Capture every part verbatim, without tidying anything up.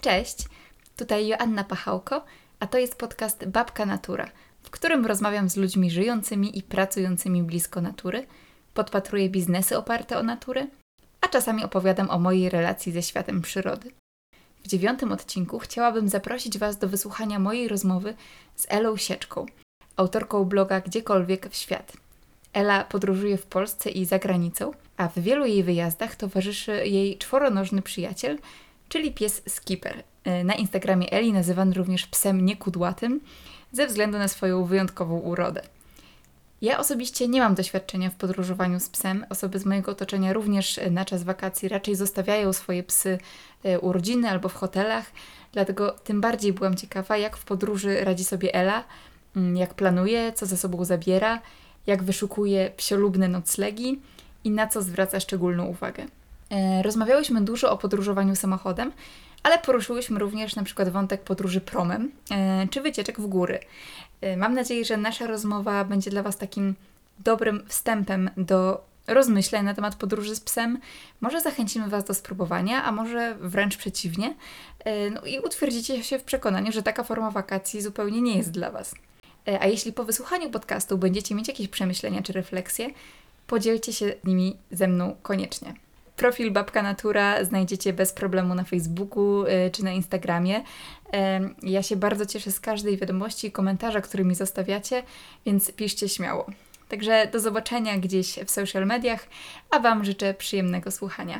Cześć, tutaj Joanna Pachałko, a to jest podcast Babka Natura, w którym rozmawiam z ludźmi żyjącymi i pracującymi blisko natury, podpatruję biznesy oparte o naturę, a czasami opowiadam o mojej relacji ze światem przyrody. W dziewiątym odcinku chciałabym zaprosić Was do wysłuchania mojej rozmowy z Elą Sieczką, autorką bloga Gdziekolwiek w świat. Ela podróżuje w Polsce i za granicą, a w wielu jej wyjazdach towarzyszy jej czworonożny przyjaciel, czyli pies Skipper. Na Instagramie Eli nazywany również psem niekudłatym ze względu na swoją wyjątkową urodę. Ja osobiście nie mam doświadczenia w podróżowaniu z psem. Osoby z mojego otoczenia również na czas wakacji raczej zostawiają swoje psy u rodziny albo w hotelach, dlatego tym bardziej byłam ciekawa, jak w podróży radzi sobie Ela, jak planuje, co ze sobą zabiera, jak wyszukuje psiolubne noclegi i na co zwraca szczególną uwagę. Rozmawiałyśmy dużo o podróżowaniu samochodem, ale poruszyłyśmy również na przykład wątek podróży promem czy wycieczek w góry. Mam nadzieję, że nasza rozmowa będzie dla Was takim dobrym wstępem do rozmyśleń na temat podróży z psem. Może zachęcimy Was do spróbowania, a może wręcz przeciwnie. No i utwierdzicie się w przekonaniu, że taka forma wakacji zupełnie nie jest dla Was. A jeśli po wysłuchaniu podcastu będziecie mieć jakieś przemyślenia czy refleksje, podzielcie się nimi ze mną koniecznie. Profil Babka Natura znajdziecie bez problemu na Facebooku y, czy na Instagramie. Y, ja się bardzo cieszę z każdej wiadomości i komentarza, który mi zostawiacie, więc piszcie śmiało. Także do zobaczenia gdzieś w social mediach, a Wam życzę przyjemnego słuchania.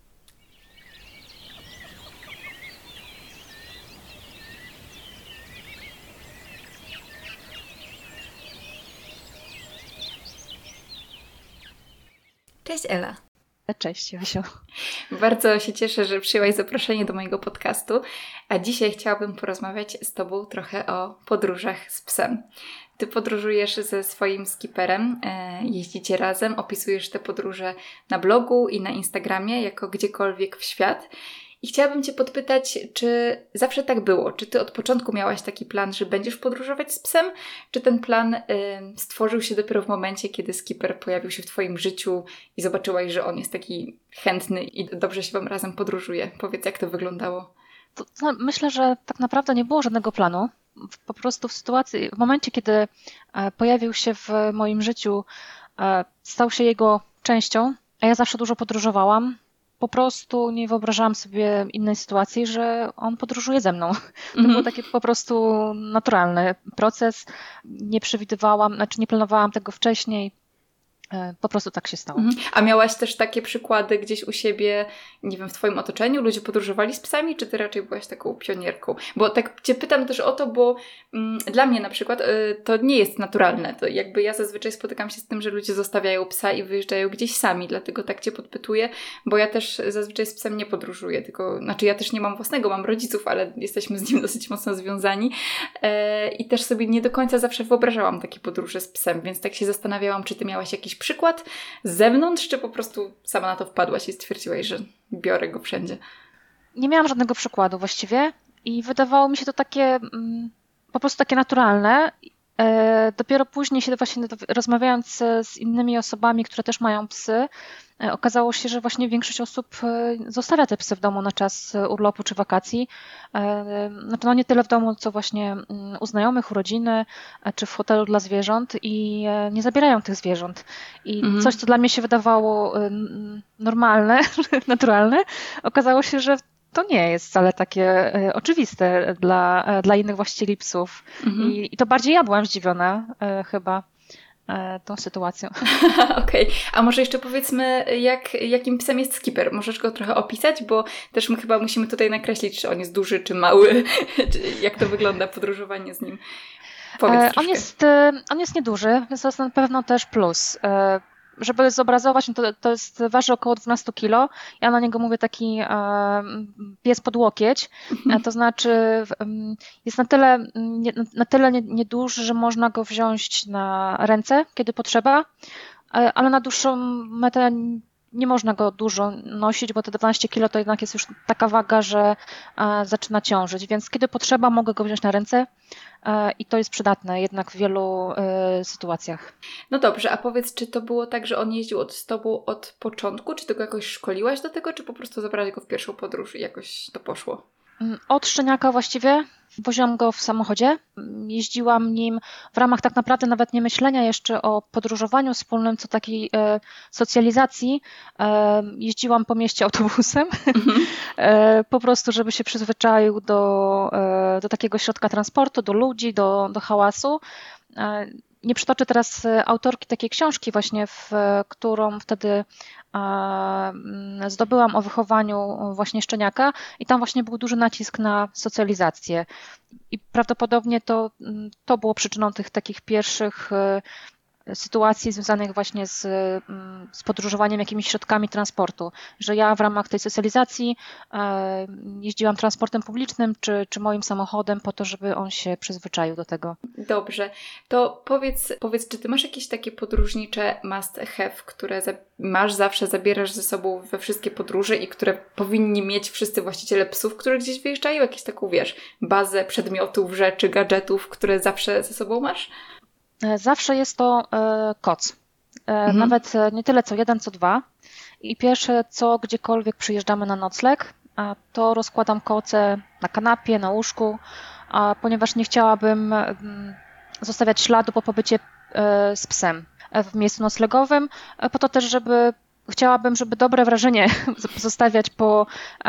Cześć Ela. Cześć Jasiu. Bardzo się cieszę, że przyjęłaś zaproszenie do mojego podcastu, a dzisiaj chciałabym porozmawiać z Tobą trochę o podróżach z psem. Ty podróżujesz ze swoim Skipperem, jeździcie razem, opisujesz te podróże na blogu i na Instagramie jako Gdziekolwiek w świat. I chciałabym Cię podpytać, czy zawsze tak było? Czy Ty od początku miałaś taki plan, że będziesz podróżować z psem? Czy ten plan y, stworzył się dopiero w momencie, kiedy Skipper pojawił się w Twoim życiu i zobaczyłaś, że on jest taki chętny i dobrze się Wam razem podróżuje? Powiedz, jak to wyglądało? To, to myślę, że tak naprawdę nie było żadnego planu. Po prostu w sytuacji, w momencie, kiedy e, pojawił się w moim życiu, e, stał się jego częścią, a ja zawsze dużo podróżowałam, po prostu nie wyobrażałam sobie innej sytuacji, że on podróżuje ze mną. To mm-hmm. był taki po prostu naturalny proces. Nie przewidywałam, znaczy nie planowałam tego wcześniej. Po prostu tak się stało. Mhm. A miałaś też takie przykłady gdzieś u siebie, nie wiem, w Twoim otoczeniu? Ludzie podróżowali z psami, czy Ty raczej byłaś taką pionierką? Bo tak Cię pytam też o to, bo mm, dla mnie na przykład y, to nie jest naturalne. To jakby ja zazwyczaj spotykam się z tym, że ludzie zostawiają psa i wyjeżdżają gdzieś sami, dlatego tak Cię podpytuję, bo ja też zazwyczaj z psem nie podróżuję, tylko, znaczy ja też nie mam własnego, mam rodziców, ale jesteśmy z nim dosyć mocno związani y, i też sobie nie do końca zawsze wyobrażałam takie podróże z psem, więc tak się zastanawiałam, czy Ty miałaś jakiś przykład z zewnątrz, czy po prostu sama na to wpadłaś i stwierdziłaś, że biorę go wszędzie? Nie miałam żadnego przykładu właściwie i wydawało mi się to takie mm, po prostu takie naturalne. E, dopiero później się właśnie rozmawiając z innymi osobami, które też mają psy, e, okazało się, że właśnie większość osób e, zostawia te psy w domu na czas urlopu czy wakacji. E, znaczy no nie tyle w domu, co właśnie mm, u znajomych, u rodziny, e, czy w hotelu dla zwierząt i e, nie zabierają tych zwierząt. I mhm. coś, co dla mnie się wydawało e, normalne, naturalne, okazało się, że to nie jest wcale takie e, oczywiste dla, e, dla innych właścicieli psów. Mhm. I, I to bardziej ja byłam zdziwiona e, chyba e, tą sytuacją. Okej, okay. A może jeszcze powiedzmy, jak, jakim psem jest Skipper? Możesz go trochę opisać, bo też my chyba musimy tutaj nakreślić, czy on jest duży, czy mały, czy jak to wygląda podróżowanie z nim. Powiedz e, on, jest, e, on jest nieduży, więc to jest na pewno też plus. E, Żeby zobrazować, no to, to jest, waży około dwanaście kilo. Ja na niego mówię taki e, pies pod łokieć. E, to znaczy e, jest na tyle, nie, na tyle nieduży, że można go wziąć na ręce, kiedy potrzeba, e, ale na dłuższą metę nie można go dużo nosić, bo te dwanaście kilo to jednak jest już taka waga, że e, zaczyna ciążyć. Więc kiedy potrzeba, mogę go wziąć na ręce. I to jest przydatne jednak w wielu y, sytuacjach. No dobrze, a powiedz, czy to było tak, że on jeździł od, z Tobą od początku? Czy Ty go jakoś szkoliłaś do tego, czy po prostu zabrałaś go w pierwszą podróż i jakoś to poszło? Od szczeniaka właściwie. Woziłam go w samochodzie, jeździłam nim w ramach tak naprawdę nawet nie myślenia jeszcze o podróżowaniu wspólnym, co takiej e, socjalizacji. E, jeździłam po mieście autobusem, mhm. e, po prostu, żeby się przyzwyczaił do, e, do takiego środka transportu, do ludzi, do, do hałasu. E, nie przytoczę teraz autorki takiej książki właśnie, w którą wtedy zdobyłam o wychowaniu właśnie szczeniaka i tam właśnie był duży nacisk na socjalizację i prawdopodobnie to, to było przyczyną tych takich pierwszych sytuacji związanych właśnie z, z podróżowaniem jakimiś środkami transportu, że ja w ramach tej socjalizacji jeździłam transportem publicznym czy, czy moim samochodem po to, żeby on się przyzwyczaił do tego. Dobrze, to powiedz, powiedz, czy ty masz jakieś takie podróżnicze must have, które za, masz zawsze, zabierasz ze sobą we wszystkie podróże i które powinni mieć wszyscy właściciele psów, które gdzieś wyjeżdżają? Jakieś taką, wiesz, bazę przedmiotów, rzeczy, gadżetów, które zawsze ze sobą masz? Zawsze jest to e, koc. E, mhm. Nawet nie tyle co jeden, co dwa. I pierwsze co gdziekolwiek przyjeżdżamy na nocleg, a to rozkładam koce na kanapie, na łóżku, a ponieważ nie chciałabym m, zostawiać śladu po pobycie e, z psem w miejscu noclegowym, e, po to też, żeby Chciałabym, żeby dobre wrażenie zostawiać po,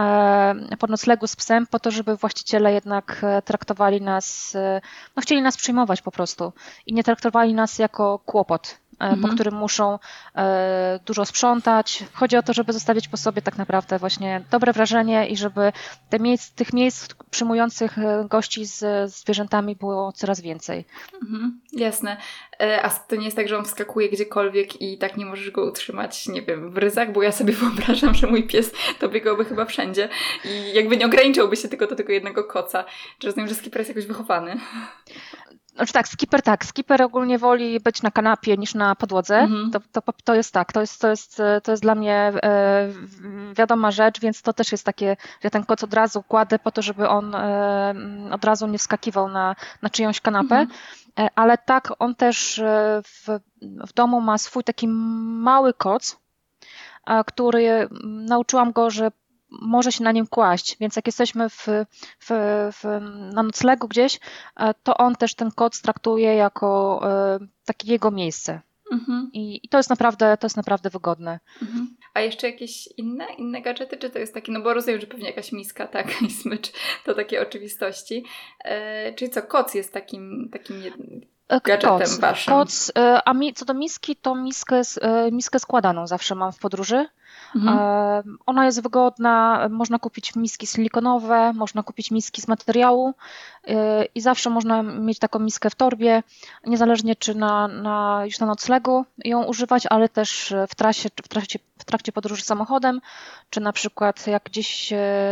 po noclegu z psem, po to, żeby właściciele jednak traktowali nas, no chcieli nas przyjmować po prostu i nie traktowali nas jako kłopot, mhm. po którym muszą dużo sprzątać. Chodzi o to, żeby zostawić po sobie tak naprawdę właśnie dobre wrażenie i żeby te miejsc, tych miejsc przyjmujących gości z zwierzętami było coraz więcej. Mhm, jasne. A to nie jest tak, że on wskakuje gdziekolwiek i tak nie możesz go utrzymać, nie wiem, w ryzach, bo ja sobie wyobrażam, że mój pies to biegałby chyba wszędzie i jakby nie ograniczałby się tylko do tego jednego koca. Czy rozumiem, że Skipper jest jakoś wychowany? Znaczy tak, Skipper tak. Skipper ogólnie woli być na kanapie niż na podłodze. Mhm. To, to, to jest tak, to jest, to jest, to jest dla mnie e, wiadoma rzecz, więc to też jest takie, że ten koc od razu kładę po to, żeby on e, od razu nie wskakiwał na, na czyjąś kanapę. Mhm. E, ale tak, on też w, w domu ma swój taki mały koc, a, który nauczyłam go, że może się na nim kłaść, więc jak jesteśmy w, w, w, na noclegu gdzieś, to on też ten koc traktuje jako e, takie jego miejsce. Mhm. I, I to jest naprawdę, to jest naprawdę wygodne. Mhm. A jeszcze jakieś inne, inne gadżety? Czy to jest takie, no bo rozumiem, że pewnie jakaś miska, tak, i smycz, to takie oczywistości. E, czyli co, koc jest takim, takim jednym gadżetem koc, waszym? Koc, a mi, co do miski, to miskę, miskę składaną zawsze mam w podróży. Mhm. Ona jest wygodna, można kupić miski silikonowe, można kupić miski z materiału i zawsze można mieć taką miskę w torbie, niezależnie czy na, na, już na noclegu ją używać, ale też w trasie, w trakcie, w trakcie podróży samochodem, czy na przykład jak gdzieś,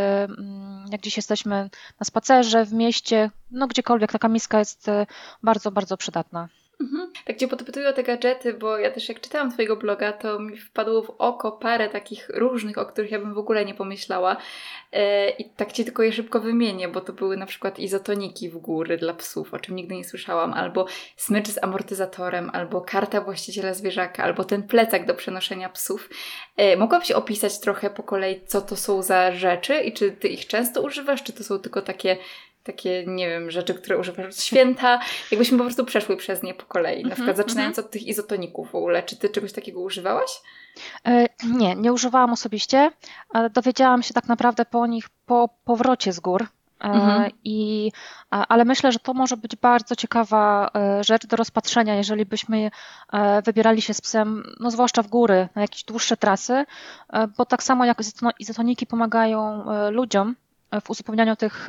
jak gdzieś jesteśmy na spacerze w mieście, no gdziekolwiek taka miska jest bardzo, bardzo przydatna. Mhm. Tak Cię podpytuję o te gadżety, bo ja też jak czytałam Twojego bloga, to mi wpadło w oko parę takich różnych, o których ja bym w ogóle nie pomyślała. Yy, I tak Ci tylko je szybko wymienię, bo to były na przykład izotoniki w góry dla psów, o czym nigdy nie słyszałam, albo smycz z amortyzatorem, albo karta właściciela zwierzaka, albo ten plecak do przenoszenia psów. Yy, mogłabyś opisać trochę po kolei, co to są za rzeczy i czy Ty ich często używasz, czy to są tylko takie takie, nie wiem, rzeczy, które używasz od święta. Jakbyśmy po prostu przeszły przez nie po kolei. Na przykład zaczynając od tych izotoników w ogóle. Czy Ty czegoś takiego używałaś? E, nie, nie używałam osobiście. Dowiedziałam się tak naprawdę po nich po powrocie z gór. Mhm. I, ale myślę, że to może być bardzo ciekawa rzecz do rozpatrzenia, jeżeli byśmy wybierali się z psem, no zwłaszcza w góry, na jakieś dłuższe trasy, bo tak samo jak izotoniki pomagają ludziom w uzupełnianiu tych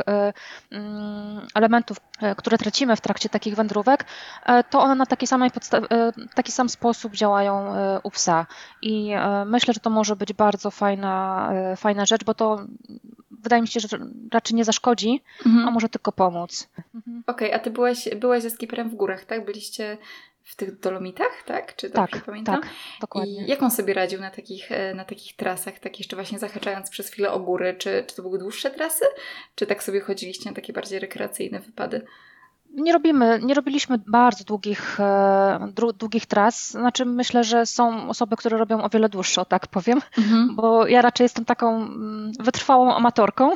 elementów, które tracimy w trakcie takich wędrówek, to one na taki, samej podsta- taki sam sposób działają u psa. I myślę, że to może być bardzo fajna, fajna rzecz, bo to wydaje mi się, że raczej nie zaszkodzi, mhm. a może tylko pomóc. Mhm. Okej, okay, a Ty byłaś, byłaś ze Skipperem w górach, tak? Byliście w tych Dolomitach, tak? Czy dobrze tak, pamiętam? Tak, dokładnie. I jak on sobie radził na takich, na takich trasach, tak jeszcze właśnie zahaczając przez chwilę o góry? Czy, czy to były dłuższe trasy? Czy tak sobie chodziliście na takie bardziej rekreacyjne wypady? Nie robimy, nie robiliśmy bardzo długich, e, dru- długich tras. Znaczy myślę, że są osoby, które robią o wiele dłuższe, o tak powiem, Mhm. bo ja raczej jestem taką mm, wytrwałą amatorką,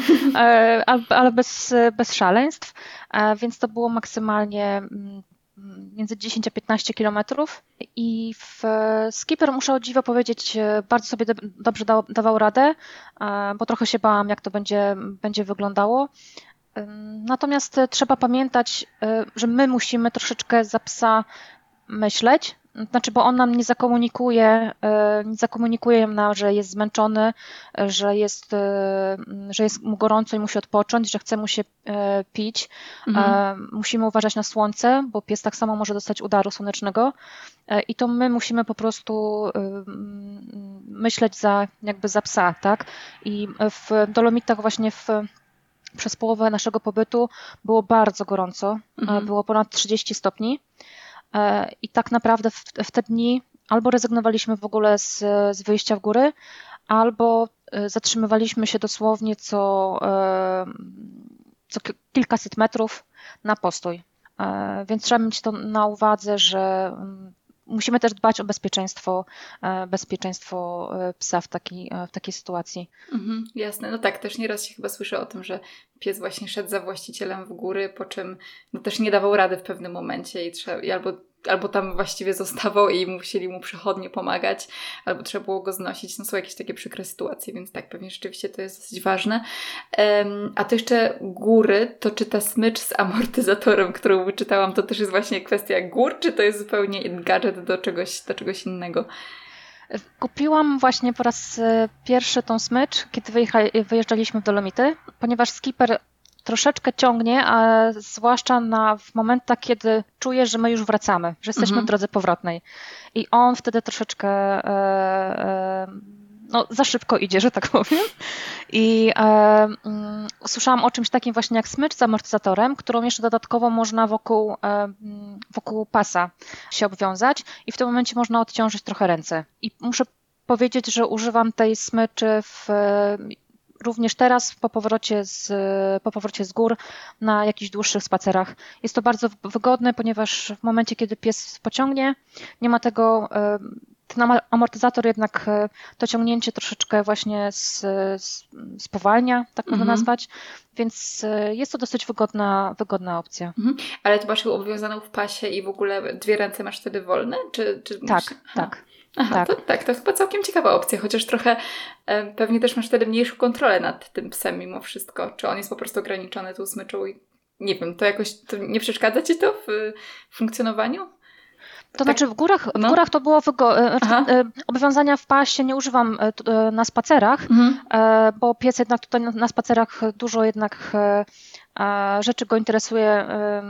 e, ale ale bez, bez szaleństw, e, więc to było maksymalnie mm, między dziesięć a piętnaście kilometrów i w skipper, muszę o dziwo powiedzieć, e, bardzo sobie do- dobrze dał, dawał radę, e, bo trochę się bałam, jak to będzie, będzie wyglądało. Ym, Natomiast e, trzeba pamiętać, e, że my musimy troszeczkę za psa myśleć, znaczy, bo on nam nie zakomunikuje, e, nie zakomunikuje nam, że jest zmęczony, e, że jest, e, że jest mu gorąco i musi odpocząć, że chce mu się e, pić. Mhm. E, Musimy uważać na słońce, bo pies tak samo może dostać udaru słonecznego e, i to my musimy po prostu e, mm, myśleć za, jakby za psa, tak? I w Dolomitach właśnie w przez połowę naszego pobytu było bardzo gorąco, Mhm. było ponad trzydzieści stopni e, i tak naprawdę w, w te dni albo rezygnowaliśmy w ogóle z, z wyjścia w góry, albo e, zatrzymywaliśmy się dosłownie co, e, co ki- kilkaset metrów na postój. E, Więc trzeba mieć to na uwadze, że mm, musimy też dbać o bezpieczeństwo, e, bezpieczeństwo e, psa w takiej, e, w takiej sytuacji. Mhm, jasne. No tak, też nieraz się chyba słyszę o tym, że pies właśnie szedł za właścicielem w góry, po czym no też nie dawał rady w pewnym momencie i, trzeba, i albo, albo tam właściwie zostawał i musieli mu przechodnie pomagać, albo trzeba było go znosić. No są jakieś takie przykre sytuacje, więc tak, pewnie rzeczywiście to jest dosyć ważne. Em, a to jeszcze góry, to czy ta smycz z amortyzatorem, którą wyczytałam, to też jest właśnie kwestia gór, czy to jest zupełnie gadżet do czegoś, do czegoś innego? Kupiłam właśnie po raz e, pierwszy tą smycz, kiedy wyjecha- wyjeżdżaliśmy w Dolomity, ponieważ skipper troszeczkę ciągnie, a zwłaszcza na, w momentach, kiedy czuję, że my już wracamy, że jesteśmy Mhm. w drodze powrotnej. I on wtedy troszeczkę e, e, no, za szybko idzie, że tak powiem. I e, mm, usłyszałam o czymś takim właśnie jak smycz z amortyzatorem, którą jeszcze dodatkowo można wokół, e, mm, wokół pasa się obwiązać i w tym momencie można odciążyć trochę ręce. I muszę powiedzieć, że używam tej smyczy w, e, również teraz po powrocie, z, po powrocie z gór na jakichś dłuższych spacerach. Jest to bardzo wygodne, ponieważ w momencie, kiedy pies pociągnie, nie ma tego, e, ten ama- amortyzator jednak e, to ciągnięcie troszeczkę właśnie s- s- spowalnia, tak można Mhm. nazwać, więc e, jest to dosyć wygodna, wygodna opcja. Mhm. Ale ty masz ją obwiązaną w pasie i w ogóle dwie ręce masz wtedy wolne? Czy, czy Tak, musisz... Aha. tak, Aha, tak. to tak, to jest chyba całkiem ciekawa opcja, chociaż trochę e, pewnie też masz wtedy mniejszą kontrolę nad tym psem mimo wszystko. Czy on jest po prostu ograniczony tą smyczą i nie wiem, to jakoś to nie przeszkadza ci to w, w funkcjonowaniu? To Tak, znaczy w górach, w no. górach to było wygo- e, znaczy, Aha. e, obwiązania w pasie nie używam e, t- e, na spacerach, Mhm. e, bo pies jednak tutaj na, na spacerach dużo jednak e, e, rzeczy go interesuje e,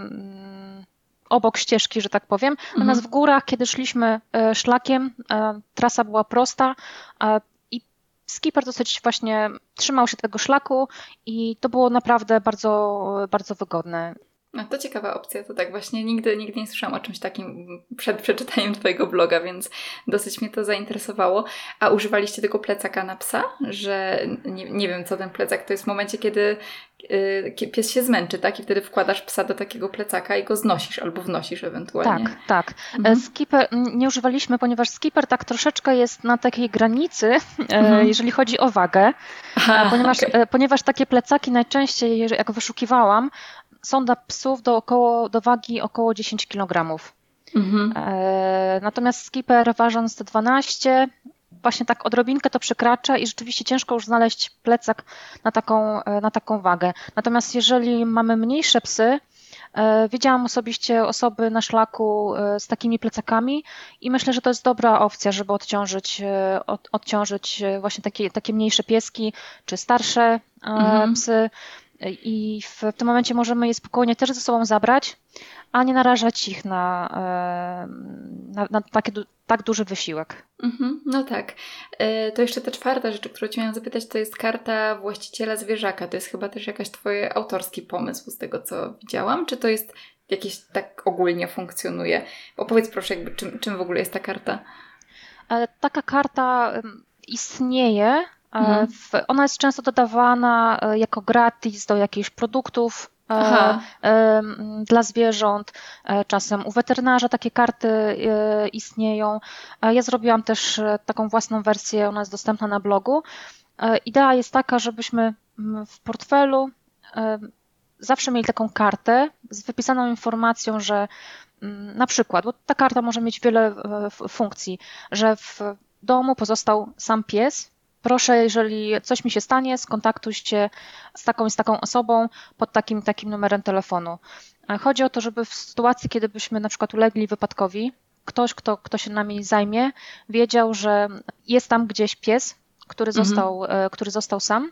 mm, obok ścieżki, że tak powiem. Natomiast Mhm. w górach, kiedy szliśmy e, szlakiem, e, trasa była prosta e, i skipper dosyć właśnie trzymał się tego szlaku i to było naprawdę bardzo, bardzo wygodne. No to ciekawa opcja, to tak właśnie nigdy, nigdy nie słyszałam o czymś takim przed przeczytaniem twojego bloga, więc dosyć mnie to zainteresowało. A używaliście tego plecaka na psa? Że nie, nie wiem, co ten plecak to jest w momencie, kiedy yy, pies się zmęczy, tak? I wtedy wkładasz psa do takiego plecaka i go znosisz albo wnosisz ewentualnie. Tak, tak. Mhm. Skipper nie używaliśmy, ponieważ skipper tak troszeczkę jest na takiej granicy, Mhm. jeżeli chodzi o wagę, Aha, ponieważ, okej. ponieważ takie plecaki najczęściej, jeżeli- jak wyszukiwałam, są dla psów do, około, do wagi około dziesięć kilogramów. Mhm. E, Natomiast skipper ważąc te dwanaście, właśnie tak odrobinkę to przekracza i rzeczywiście ciężko już znaleźć plecak na taką, e, na taką wagę. Natomiast jeżeli mamy mniejsze psy, e, widziałam osobiście osoby na szlaku e, z takimi plecakami i myślę, że to jest dobra opcja, żeby odciążyć, e, od, odciążyć e, właśnie takie, takie mniejsze pieski czy starsze e, Mhm. psy. I w tym momencie możemy je spokojnie też ze sobą zabrać, a nie narażać ich na, e, na, na taki, du- tak duży wysiłek. Mhm, no tak. E, To jeszcze ta czwarta rzecz, o którą Cię miałam zapytać, to jest karta właściciela zwierzaka. To jest chyba też jakaś Twój autorski pomysł z tego, co widziałam. Czy to jest jakieś tak ogólnie funkcjonuje? Opowiedz proszę, jakby, czym, czym w ogóle jest ta karta? E, Taka karta em, istnieje. e, Mhm. w- Ona jest często dodawana e, jako gratis do jakichś produktów Aha. dla zwierząt, czasem u weterynarza takie karty istnieją. Ja zrobiłam też taką własną wersję, ona jest dostępna na blogu. Idea jest taka, żebyśmy w portfelu zawsze mieli taką kartę z wypisaną informacją, że na przykład, bo ta karta może mieć wiele funkcji, że w domu pozostał sam pies. Proszę, jeżeli coś mi się stanie, skontaktuj się z taką i z taką osobą pod takim takim numerem telefonu. Chodzi o to, żeby w sytuacji, kiedy byśmy na przykład ulegli wypadkowi, ktoś, kto, kto się nami zajmie, wiedział, że jest tam gdzieś pies, który został, mhm. który został sam.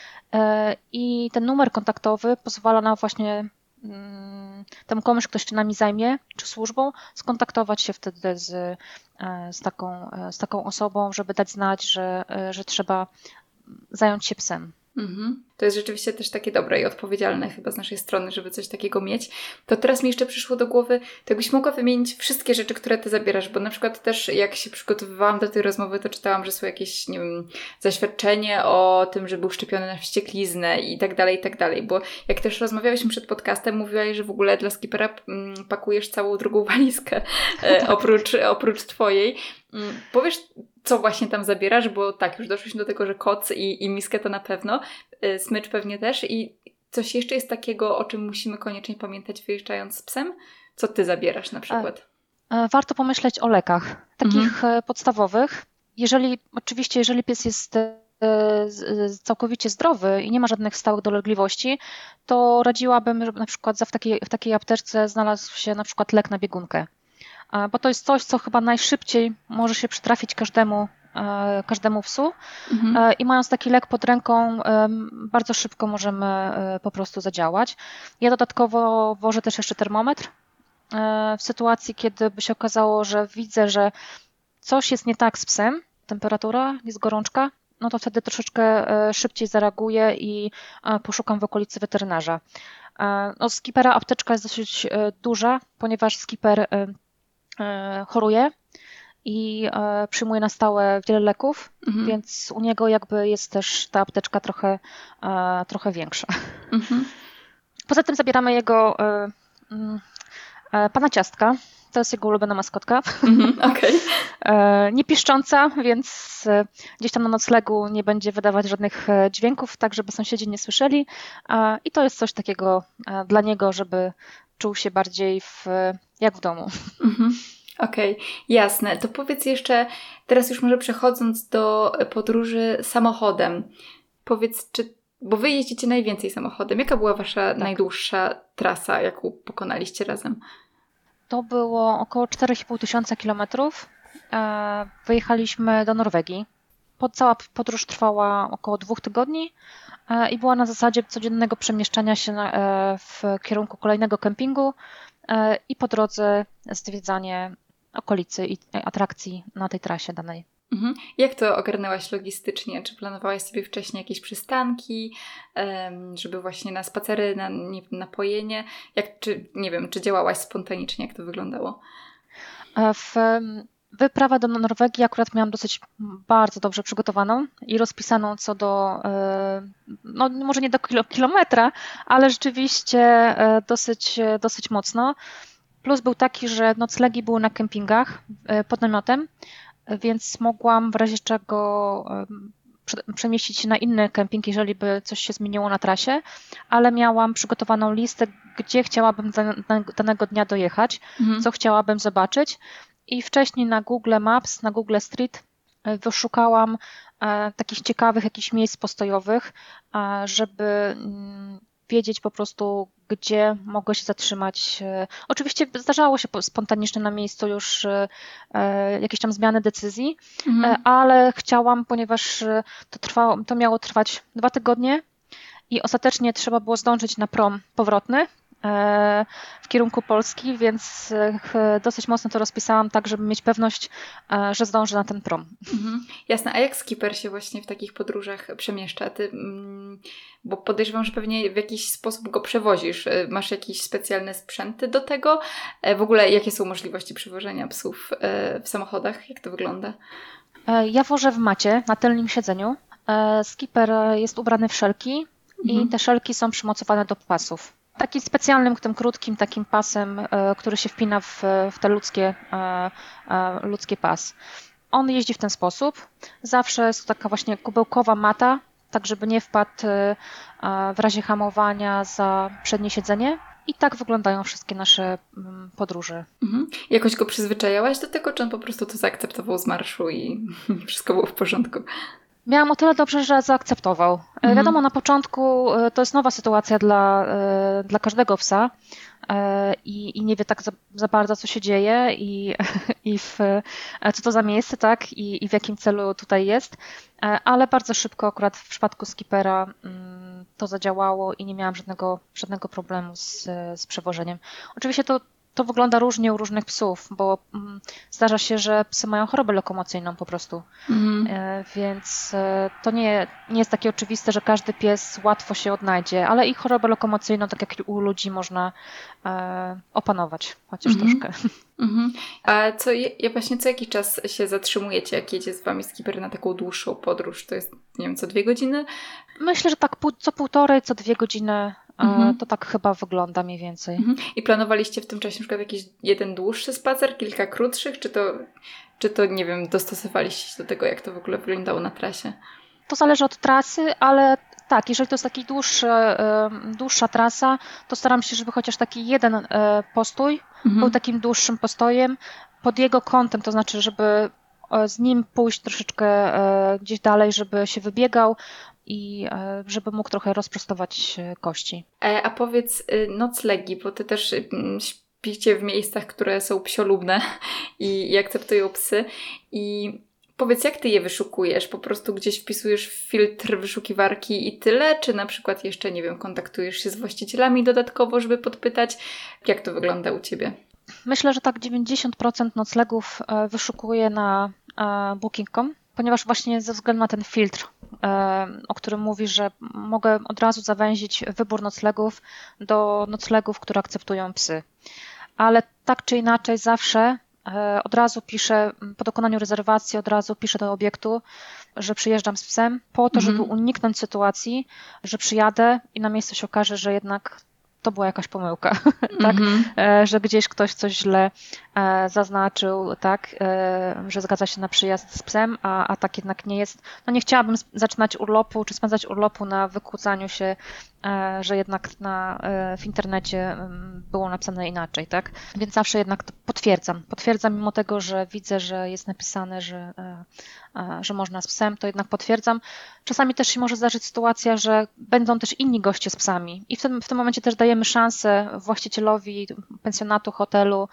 I ten numer kontaktowy pozwala nam właśnie temu komuś, kto się nami zajmie, czy służbą, skontaktować się wtedy z, z, taką, z taką osobą, żeby dać znać, że, że trzeba zająć się psem. Mhm. To jest rzeczywiście też takie dobre i odpowiedzialne chyba z naszej strony, żeby coś takiego mieć. To teraz mi jeszcze przyszło do głowy, to jakbyś mogła wymienić wszystkie rzeczy, które ty zabierasz, bo na przykład też jak się przygotowywałam do tej rozmowy, to czytałam, że są jakieś, nie wiem, zaświadczenie o tym, że był szczepiony na wściekliznę i tak dalej, i tak dalej, bo jak też rozmawiałyśmy przed podcastem, mówiłaś, że w ogóle dla skipera mm, pakujesz całą drugą walizkę e, oprócz, oprócz twojej. Mm, powiesz, co właśnie tam zabierasz, bo tak, już doszliśmy do tego, że koc i, i miskę to na pewno, y, smycz pewnie też i coś jeszcze jest takiego, o czym musimy koniecznie pamiętać wyjeżdżając z psem? Co ty zabierasz na przykład? Warto pomyśleć o lekach, takich mhm. podstawowych. Jeżeli, oczywiście, jeżeli pies jest całkowicie zdrowy i nie ma żadnych stałych dolegliwości, to radziłabym, żeby na przykład w takiej, w takiej apteczce znalazł się na przykład lek na biegunkę. Bo to jest coś, co chyba najszybciej może się przytrafić każdemu, każdemu psu mhm. i mając taki lek pod ręką bardzo szybko możemy po prostu zadziałać. Ja dodatkowo wożę też jeszcze termometr w sytuacji, kiedy by się okazało, że widzę, że coś jest nie tak z psem, temperatura, jest gorączka, no to wtedy troszeczkę szybciej zareaguję i poszukam w okolicy weterynarza. No, skipera apteczka jest dosyć duża, ponieważ skiper choruje i przyjmuje na stałe wiele leków, mhm. więc u niego jakby jest też ta apteczka trochę, trochę większa. Mhm. Poza tym zabieramy jego pana Ciastka. To jest jego ulubiona maskotka. Mhm, okay. Nie piszcząca, więc gdzieś tam na noclegu nie będzie wydawać żadnych dźwięków, tak żeby sąsiedzi nie słyszeli. I to jest coś takiego dla niego, żeby czuł się bardziej w, jak w domu. Mhm. Okej, okay, jasne. To powiedz jeszcze, teraz już może przechodząc do podróży samochodem. Powiedz, czy, bo wy jeździcie najwięcej samochodem. Jaka była wasza tak. najdłuższa trasa, jaką pokonaliście razem? To było około cztery i pół tysiąca kilometrów. Wyjechaliśmy do Norwegii. Cała podróż trwała około dwóch tygodni i była na zasadzie codziennego przemieszczania się w kierunku kolejnego kempingu i po drodze zwiedzanie okolicy i atrakcji na tej trasie danej. Mhm. Jak to ogarnęłaś logistycznie? Czy planowałaś sobie wcześniej jakieś przystanki, żeby właśnie na spacery, na nie wiem, napojenie? Jak, czy, nie wiem, czy działałaś spontanicznie? Jak to wyglądało? W wyprawę do Norwegii akurat miałam dosyć bardzo dobrze przygotowaną i rozpisaną co do, no może nie do kilometra, ale rzeczywiście dosyć, dosyć mocno. Plus był taki, że noclegi były na kempingach pod namiotem, więc mogłam w razie czego przemieścić się na inny kemping, jeżeli by coś się zmieniło na trasie, ale miałam przygotowaną listę, gdzie chciałabym danego dnia dojechać, mhm. co chciałabym zobaczyć i wcześniej na Google Maps, na Google Street wyszukałam takich ciekawych jakichś miejsc postojowych, żeby wiedzieć po prostu, gdzie mogę się zatrzymać. Oczywiście zdarzało się spontanicznie na miejscu już jakieś tam zmiany decyzji, mhm. ale chciałam, ponieważ to, trwało, to miało trwać dwa tygodnie i ostatecznie trzeba było zdążyć na prom powrotny w kierunku Polski, więc dosyć mocno to rozpisałam tak, żeby mieć pewność, że zdążę na ten prom. Mhm. Jasne, a jak skipper się właśnie w takich podróżach przemieszcza? Ty, bo podejrzewam, że pewnie w jakiś sposób go przewozisz. Masz jakieś specjalne sprzęty do tego? W ogóle jakie są możliwości przewożenia psów w samochodach? Jak to wygląda? Ja wożę w macie na tylnym siedzeniu. Skipper jest ubrany w szelki mhm. i te szelki są przymocowane do pasów. Takim specjalnym, tym krótkim takim pasem, który się wpina w, w te ludzkie, ludzkie pas. On jeździ w ten sposób. Zawsze jest to taka właśnie kubełkowa mata, tak żeby nie wpadł w razie hamowania za przednie siedzenie. I tak wyglądają wszystkie nasze podróże. Mhm. Jakoś go przyzwyczajałaś do tego, czy on po prostu to zaakceptował z marszu i wszystko było w porządku? Miałam o tyle dobrze, że zaakceptował. Mhm. Wiadomo, na początku to jest nowa sytuacja dla, dla każdego psa i, i nie wie tak za, za bardzo, co się dzieje i, i w, co to za miejsce, tak, I, i w jakim celu tutaj jest, ale bardzo szybko akurat w przypadku Skipera to zadziałało i nie miałam żadnego, żadnego problemu z, z przewożeniem. Oczywiście to To wygląda różnie u różnych psów, bo zdarza się, że psy mają chorobę lokomocyjną po prostu, mhm. Więc to nie, nie jest takie oczywiste, że każdy pies łatwo się odnajdzie, ale i chorobę lokomocyjną, tak jak u ludzi, można opanować, chociaż mhm. troszkę. Mhm. A co, ja właśnie co jakiś czas się zatrzymujecie, jak jedzie z wami Skipper na taką dłuższą podróż? To jest, nie wiem, co dwie godziny? Myślę, że tak pół, co półtorej, co dwie godziny. Mhm. To tak chyba wygląda mniej więcej. Mhm. I planowaliście w tym czasie na przykład jakiś jeden dłuższy spacer, kilka krótszych, czy to, czy to nie wiem, dostosowaliście się do tego, jak to w ogóle wyglądało na trasie? To zależy od trasy, ale tak, jeżeli to jest taki dłuższy, dłuższa trasa, to staram się, żeby chociaż taki jeden postój mhm. był takim dłuższym postojem pod jego kątem, to znaczy, żeby z nim pójść troszeczkę gdzieś dalej, żeby się wybiegał i żeby mógł trochę rozprostować kości. A powiedz, noclegi, bo ty też śpicie w miejscach, które są psiolubne i, i akceptują psy. I powiedz, jak ty je wyszukujesz? Po prostu gdzieś wpisujesz w filtr wyszukiwarki i tyle? Czy na przykład jeszcze, nie wiem, kontaktujesz się z właścicielami dodatkowo, żeby podpytać? Jak to wygląda u ciebie? Myślę, że tak dziewięćdziesiąt procent noclegów wyszukuję na booking kropka com, ponieważ właśnie ze względu na ten filtr, o którym mówisz, że mogę od razu zawęzić wybór noclegów do noclegów, które akceptują psy. Ale tak czy inaczej zawsze od razu piszę, po dokonaniu rezerwacji od razu piszę do obiektu, że przyjeżdżam z psem po to, żeby mhm. uniknąć sytuacji, że przyjadę i na miejscu się okaże, że jednak to była jakaś pomyłka, tak? Mm-hmm. Że gdzieś ktoś coś źle zaznaczył, tak? Że zgadza się na przyjazd z psem, a, a tak jednak nie jest. No nie chciałabym zaczynać urlopu, czy spędzać urlopu na wykłócaniu się, że jednak na, w internecie było napisane inaczej, tak? Więc zawsze jednak to potwierdzam. Potwierdzam mimo tego, że widzę, że jest napisane, że, że można z psem, to jednak potwierdzam. Czasami też się może zdarzyć sytuacja, że będą też inni goście z psami i w tym, w tym momencie też dajemy szansę właścicielowi pensjonatu, hotelu,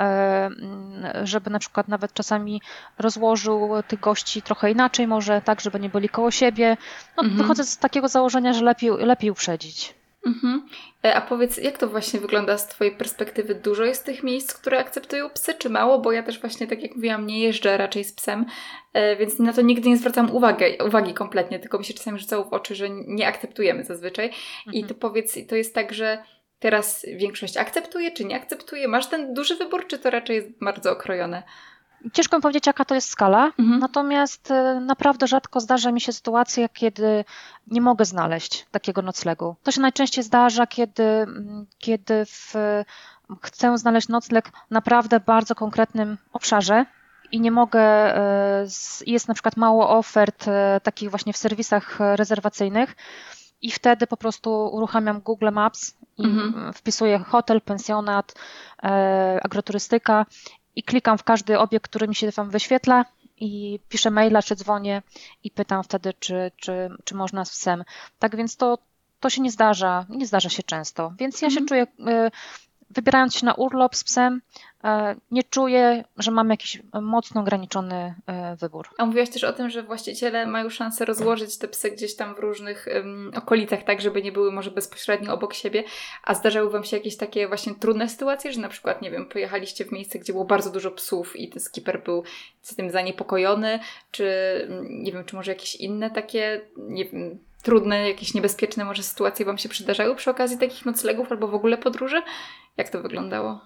żeby na przykład nawet czasami rozłożył tych gości trochę inaczej może, tak, żeby nie byli koło siebie. No, mhm. Wychodzę z takiego założenia, że lepiej, lepiej uprzedzić. Mhm. A powiedz, jak to właśnie wygląda z twojej perspektywy? Dużo jest tych miejsc, które akceptują psy, czy mało? Bo ja też właśnie, tak jak mówiłam, nie jeżdżę raczej z psem, więc na to nigdy nie zwracam uwagi, uwagi kompletnie, tylko mi się czasami rzucało w oczy, że nie akceptujemy zazwyczaj. Mhm. I to powiedz, to jest tak, że teraz większość akceptuje, czy nie akceptuje? Masz ten duży wybór, czy to raczej jest bardzo okrojone? Ciężko mi powiedzieć, jaka to jest skala, mhm. natomiast naprawdę rzadko zdarza mi się sytuacja, kiedy nie mogę znaleźć takiego noclegu. To się najczęściej zdarza, kiedy, kiedy w, chcę znaleźć nocleg w naprawdę bardzo konkretnym obszarze i nie mogę, jest na przykład mało ofert takich właśnie w serwisach rezerwacyjnych i wtedy po prostu uruchamiam Google Maps i mhm. wpisuję hotel, pensjonat, agroturystyka i klikam w każdy obiekt, który mi się tam wyświetla i piszę maila, czy dzwonię i pytam wtedy, czy, czy, czy można z psem. Tak więc to, to się nie zdarza, nie zdarza się często. Więc ja mhm. się czuję, wybierając się na urlop z psem, nie czuję, że mam jakiś mocno ograniczony wybór. A mówiłaś też o tym, że właściciele mają szansę rozłożyć te psy gdzieś tam w różnych um, okolicach, tak, żeby nie były może bezpośrednio obok siebie. A zdarzały wam się jakieś takie właśnie trudne sytuacje, że na przykład, nie wiem, pojechaliście w miejsce, gdzie było bardzo dużo psów i ten skipper był z tym zaniepokojony, czy nie wiem, czy może jakieś inne takie, nie wiem, trudne, jakieś niebezpieczne może sytuacje wam się przydarzały przy okazji takich noclegów albo w ogóle podróży? Jak to wyglądało?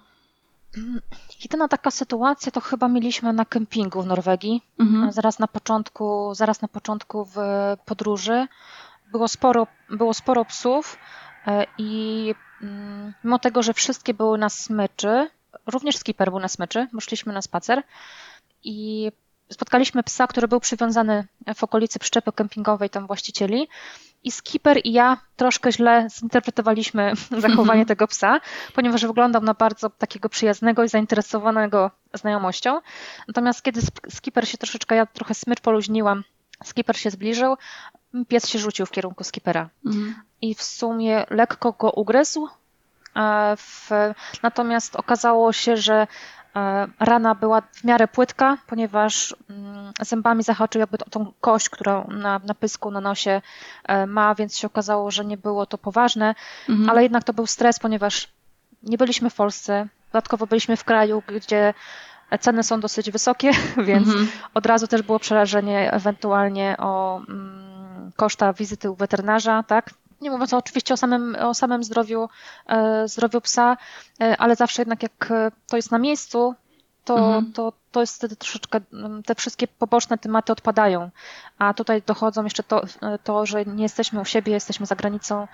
Jedyna taka sytuacja to chyba mieliśmy na kempingu w Norwegii. Mhm. Zaraz na początku, zaraz na początku w podróży było sporo, było sporo psów i mimo tego, że wszystkie były na smyczy, również skipper był na smyczy, bo szliśmy na spacer i spotkaliśmy psa, który był przywiązany w okolicy przyczepy kempingowej tam właścicieli i skipper i ja troszkę źle zinterpretowaliśmy zachowanie tego psa, ponieważ wyglądał na bardzo takiego przyjaznego i zainteresowanego znajomością. Natomiast kiedy skipper się troszeczkę, ja trochę smycz poluźniłam, skipper się zbliżył, pies się rzucił w kierunku skipera mhm. i w sumie lekko go ugryzł. W, natomiast okazało się, że rana była w miarę płytka, ponieważ zębami zahaczył jakby tą kość, którą na, na pysku, na nosie ma, więc się okazało, że nie było to poważne, mhm. ale jednak to był stres, ponieważ nie byliśmy w Polsce, dodatkowo byliśmy w kraju, gdzie ceny są dosyć wysokie, więc mhm. od razu też było przerażenie ewentualnie o mm, koszta wizyty u weterynarza, tak? Nie mówiąc oczywiście o samym, o samym zdrowiu, e, zdrowiu psa, e, ale zawsze jednak jak to jest na miejscu, to, mhm. to, to jest wtedy troszeczkę, te wszystkie poboczne tematy odpadają. A tutaj dochodzą jeszcze to, to że nie jesteśmy u siebie, jesteśmy za granicą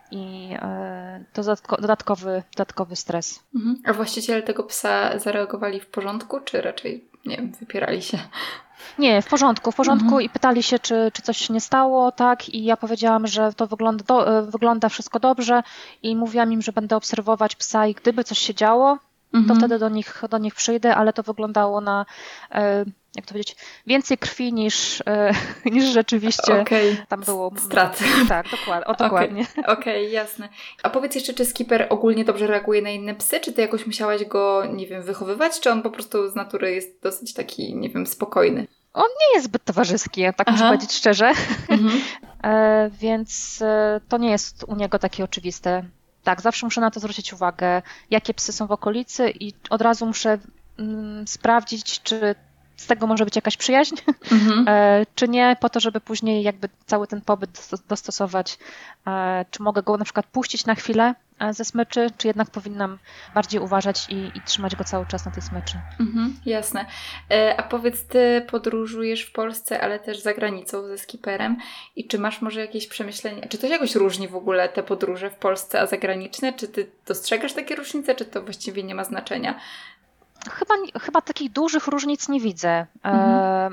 i e, to dodatkowy, dodatkowy stres. Mhm. A właściciele tego psa zareagowali w porządku, czy raczej, nie wiem, wypierali się? Nie, w porządku, w porządku mhm. i pytali się, czy, czy coś się nie stało, tak, i ja powiedziałam, że to wygląda, do, wygląda wszystko dobrze i mówiłam im, że będę obserwować psa i gdyby coś się działo, mhm. to wtedy do nich, do nich przyjdę, ale to wyglądało na, jak to powiedzieć, więcej krwi niż, niż rzeczywiście okay. tam było. Straty. Tak, dokładnie. O, dokładnie. Okej, okay. okay, jasne. A powiedz jeszcze, czy skipper ogólnie dobrze reaguje na inne psy? Czy ty jakoś musiałaś go, nie wiem, wychowywać? Czy on po prostu z natury jest dosyć taki, nie wiem, spokojny? On nie jest zbyt towarzyski, tak muszę powiedzieć szczerze. Mhm. e, więc e, to nie jest u niego takie oczywiste. Tak, zawsze muszę na to zwrócić uwagę, jakie psy są w okolicy i od razu muszę mm, sprawdzić, czy z tego może być jakaś przyjaźń, mhm. e, czy nie, po to, żeby później jakby cały ten pobyt dostosować. E, czy mogę go na przykład puścić na chwilę ze smyczy, czy jednak powinnam bardziej uważać i, i trzymać go cały czas na tej smyczy. Mhm, jasne. E, a powiedz, ty podróżujesz w Polsce, ale też za granicą ze skipperem i czy masz może jakieś przemyślenia, czy to się jakoś różni w ogóle te podróże w Polsce, a zagraniczne? Czy ty dostrzegasz takie różnice, czy to właściwie nie ma znaczenia? Chyba, chyba takich dużych różnic nie widzę. Mhm. E,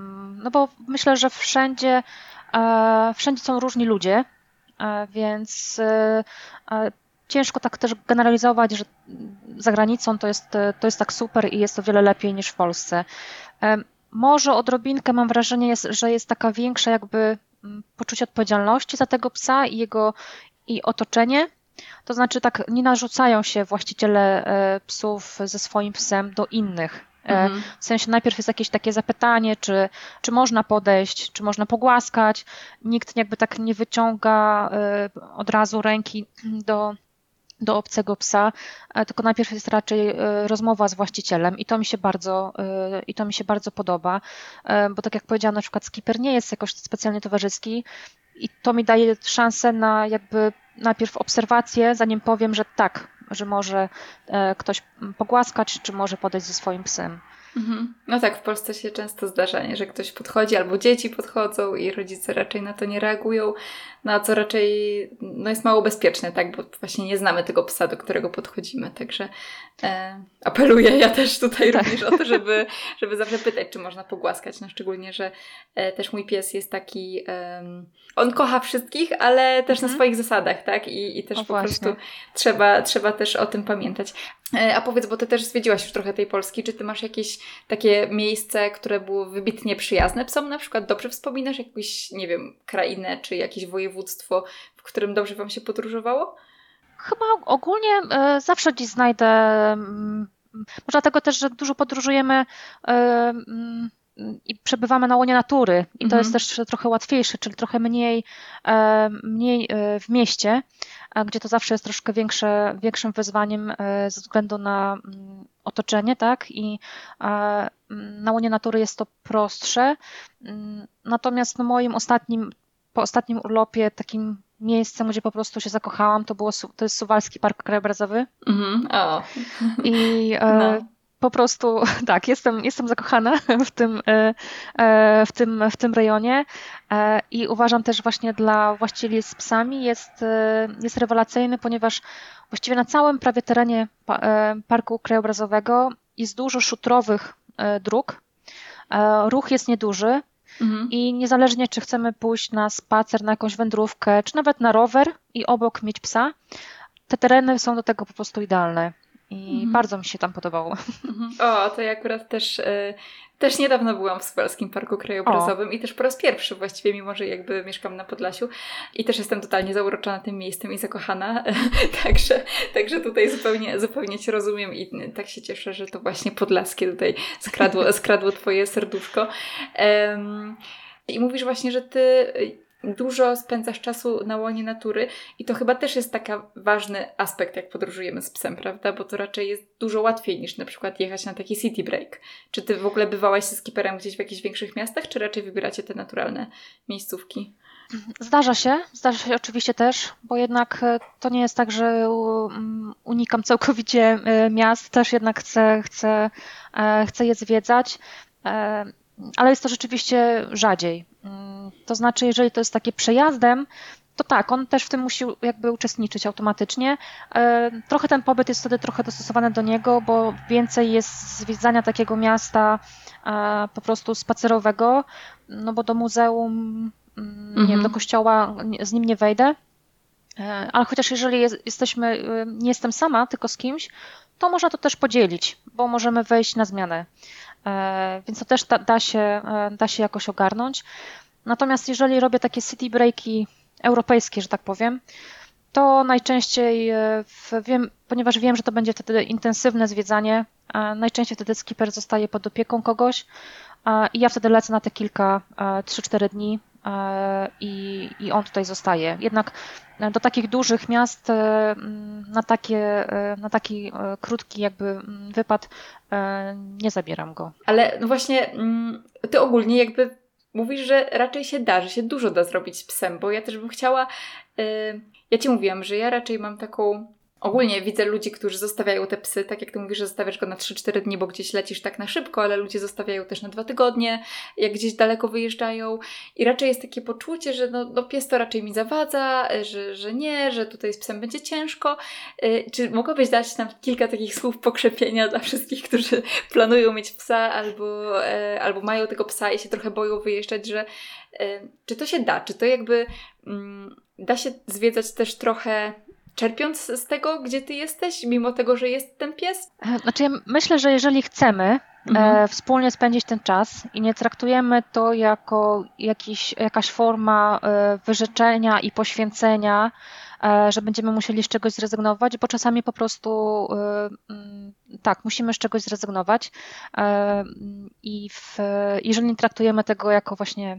no bo myślę, że wszędzie, e, wszędzie są różni ludzie, e, więc e, ciężko tak też generalizować, że za granicą to jest, to jest tak super i jest to wiele lepiej niż w Polsce. Może odrobinkę mam wrażenie, jest, że jest taka większa jakby poczucie odpowiedzialności za tego psa i jego i otoczenie. To znaczy tak nie narzucają się właściciele psów ze swoim psem do innych. Mhm. W sensie najpierw jest jakieś takie zapytanie, czy, czy można podejść, czy można pogłaskać. Nikt jakby tak nie wyciąga od razu ręki do do obcego psa, tylko najpierw jest raczej rozmowa z właścicielem i to mi się bardzo, i to mi się bardzo podoba, bo tak jak powiedziałam, na przykład skipper nie jest jakoś specjalnie towarzyski i to mi daje szansę na jakby najpierw obserwację, zanim powiem, że tak, że może ktoś pogłaskać, czy może podejść ze swoim psem. Mhm. No tak, w Polsce się często zdarza, nie? Że ktoś podchodzi albo dzieci podchodzą i rodzice raczej na to nie reagują, no a co raczej no jest mało bezpieczne, tak? Bo właśnie nie znamy tego psa, do którego podchodzimy, także e, apeluję ja też tutaj tak. również o to, żeby, żeby zawsze pytać, czy można pogłaskać, no szczególnie, że e, też mój pies jest taki, e, on kocha wszystkich, ale też mhm. na swoich zasadach, tak? I, i też o, po właśnie. prostu trzeba, trzeba też o tym pamiętać. E, a powiedz, bo ty też zwiedziłaś już trochę tej Polski, czy ty masz jakieś takie miejsce, które było wybitnie przyjazne psom, na przykład dobrze wspominasz jakąś, nie wiem, krainę, czy jakieś województwo, w którym dobrze wam się podróżowało? Chyba ogólnie e, zawsze gdzieś znajdę, m, może dlatego też, że dużo podróżujemy e, m, i przebywamy na łonie natury i to mhm. jest też trochę łatwiejsze, czyli trochę mniej, e, mniej e, w mieście, gdzie to zawsze jest troszkę większe, większym wyzwaniem ze względu na otoczenie, tak? I na łonie natury jest to prostsze. Natomiast no moim ostatnim, po ostatnim urlopie takim miejscem, gdzie po prostu się zakochałam, to było to jest Suwalski Park Krajobrazowy. Mhm. Oh. I no. po prostu tak, jestem, jestem zakochana w tym, w tym, w tym rejonie i uważam też właśnie dla właścicieli z psami jest, jest rewelacyjny, ponieważ właściwie na całym prawie terenie parku krajobrazowego jest dużo szutrowych dróg. Ruch jest nieduży mhm. i niezależnie czy chcemy pójść na spacer, na jakąś wędrówkę, czy nawet na rower i obok mieć psa, te tereny są do tego po prostu idealne. I mhm. bardzo mi się tam podobało. Mhm. O, to ja akurat też, y, też niedawno byłam w Suwalskim Parku Krajobrazowym o. i też po raz pierwszy właściwie, mimo że jakby mieszkam na Podlasiu i też jestem totalnie zauroczona tym miejscem i zakochana, także, także tutaj zupełnie, zupełnie Cię rozumiem i tak się cieszę, że to właśnie podlaskie tutaj skradło, skradło Twoje serduszko. Um, I mówisz właśnie, że Ty dużo spędzasz czasu na łonie natury i to chyba też jest taki ważny aspekt, jak podróżujemy z psem, prawda? Bo to raczej jest dużo łatwiej niż na przykład jechać na taki city break. Czy ty w ogóle bywałaś ze skiperem gdzieś w jakichś większych miastach, czy raczej wybieracie te naturalne miejscówki? Zdarza się, zdarza się oczywiście też, bo jednak to nie jest tak, że unikam całkowicie miast, też jednak chcę, chcę, chcę je zwiedzać, ale jest to rzeczywiście rzadziej. To znaczy, jeżeli to jest takie przejazdem, to tak, on też w tym musi jakby uczestniczyć automatycznie. Trochę ten pobyt jest wtedy trochę dostosowany do niego, bo więcej jest zwiedzania takiego miasta po prostu spacerowego, no bo do muzeum, nie wiem, do kościoła z nim nie wejdę, ale chociaż jeżeli jest, jesteśmy, nie jestem sama, tylko z kimś, to można to też podzielić, bo możemy wejść na zmianę. Więc to też da, da, się, da się jakoś ogarnąć. Natomiast jeżeli robię takie city breaki europejskie, że tak powiem, to najczęściej, wiem, ponieważ wiem, że to będzie wtedy intensywne zwiedzanie, najczęściej wtedy skipper zostaje pod opieką kogoś i ja wtedy lecę na te kilka, trzy cztery dni i, i on tutaj zostaje. Jednak do takich dużych miast, na, takie, na taki krótki jakby wypad nie zabieram go. Ale no właśnie ty ogólnie jakby mówisz, że raczej się da, że się dużo da zrobić z psem, bo ja też bym chciała, yy, ja Ci mówiłam, że ja raczej mam taką, ogólnie widzę ludzi, którzy zostawiają te psy, tak jak Ty mówisz, że zostawiasz go na trzy cztery dni, bo gdzieś lecisz tak na szybko, ale ludzie zostawiają też na dwa tygodnie, jak gdzieś daleko wyjeżdżają i raczej jest takie poczucie, że no, no pies to raczej mi zawadza, że, że nie, że tutaj z psem będzie ciężko. Yy, czy mogłabyś dać nam kilka takich słów pokrzepienia dla wszystkich, którzy planują mieć psa albo, yy, albo mają tego psa i się trochę boją wyjeżdżać, że yy, czy to się da, czy to jakby yy, da się zwiedzać też trochę czerpiąc z tego, gdzie ty jesteś, mimo tego, że jest ten pies? Znaczy ja myślę, że jeżeli chcemy mhm. e, wspólnie spędzić ten czas i nie traktujemy to jako jakiś, jakaś forma e, wyrzeczenia i poświęcenia, e, że będziemy musieli z czegoś zrezygnować, bo czasami po prostu e, m, tak, musimy z czegoś zrezygnować e, i w, jeżeli nie traktujemy tego jako właśnie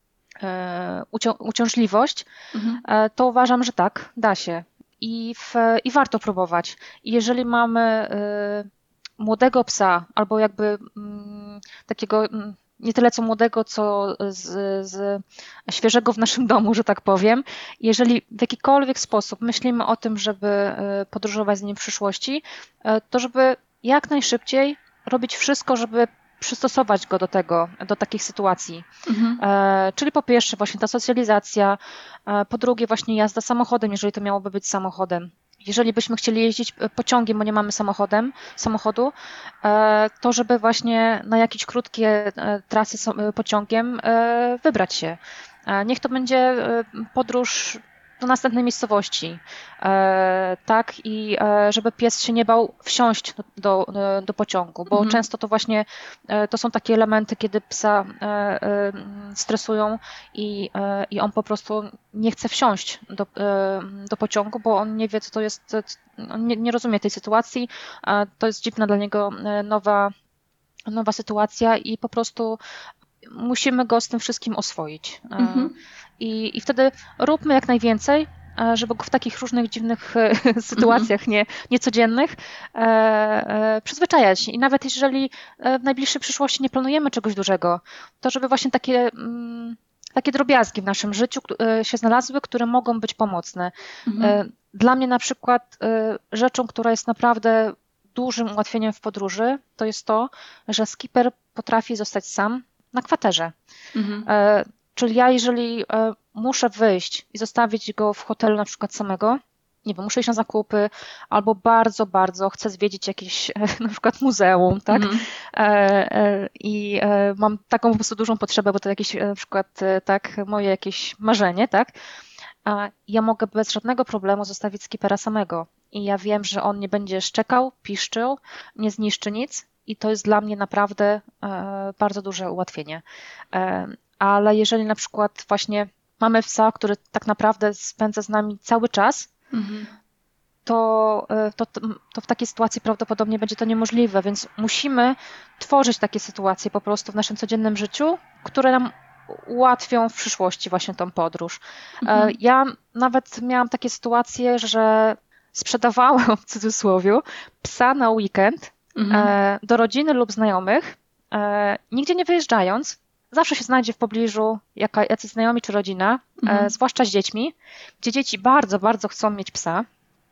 e, ucią- uciążliwość, mhm. e, to uważam, że tak, da się. I, w, I warto próbować. I jeżeli mamy y, młodego psa, albo jakby y, takiego y, nie tyle co młodego, co z, z świeżego w naszym domu, że tak powiem, jeżeli w jakikolwiek sposób myślimy o tym, żeby y, podróżować z nim w przyszłości, y, to żeby jak najszybciej robić wszystko, żeby przystosować go do tego, do takich sytuacji. Mhm. E, czyli po pierwsze właśnie ta socjalizacja, e, po drugie właśnie jazda samochodem, jeżeli to miałoby być samochodem. Jeżeli byśmy chcieli jeździć pociągiem, bo nie mamy samochodem, samochodu, e, to żeby właśnie na jakieś krótkie e, trasy so, pociągiem e, wybrać się. E, niech to będzie e, podróż do następnej miejscowości, e, tak, i e, żeby pies się nie bał wsiąść do, do, do pociągu, bo mhm. często to właśnie e, to są takie elementy, kiedy psa e, e, stresują i, e, i on po prostu nie chce wsiąść do, e, do pociągu, bo on nie wie, co to jest, on nie, nie rozumie tej sytuacji, e, to jest dziwna dla niego nowa, nowa sytuacja i po prostu musimy go z tym wszystkim oswoić. Mhm. I, I wtedy róbmy jak najwięcej, żeby go w takich różnych dziwnych sytuacjach, nie, niecodziennych, e, e, przyzwyczajać. I nawet jeżeli w najbliższej przyszłości nie planujemy czegoś dużego, to żeby właśnie takie, m, takie drobiazgi w naszym życiu się znalazły, które mogą być pomocne. Mhm. Dla mnie na przykład rzeczą, która jest naprawdę dużym ułatwieniem w podróży, to jest to, że skipper potrafi zostać sam na kwaterze. Mhm. Czyli ja, jeżeli muszę wyjść i zostawić go w hotelu na przykład samego, nie wiem, muszę iść na zakupy, albo bardzo, bardzo chcę zwiedzić jakieś na przykład muzeum, tak? Mm. I mam taką po prostu dużą potrzebę, bo to jakieś na przykład tak, moje jakieś marzenie, tak? Ja mogę bez żadnego problemu zostawić skipera samego. I ja wiem, że on nie będzie szczekał, piszczył, nie zniszczy nic i to jest dla mnie naprawdę bardzo duże ułatwienie. Ale jeżeli na przykład właśnie mamy psa, który tak naprawdę spędza z nami cały czas, mhm. to, to, to w takiej sytuacji prawdopodobnie będzie to niemożliwe, więc musimy tworzyć takie sytuacje po prostu w naszym codziennym życiu, które nam ułatwią w przyszłości właśnie tą podróż. Mhm. Ja nawet miałam takie sytuacje, że sprzedawałam w cudzysłowie psa na weekend mhm. do rodziny lub znajomych, nigdzie nie wyjeżdżając. Zawsze się znajdzie w pobliżu jaka, jacyś znajomi czy rodzina, mhm. e, zwłaszcza z dziećmi, gdzie dzieci bardzo, bardzo chcą mieć psa.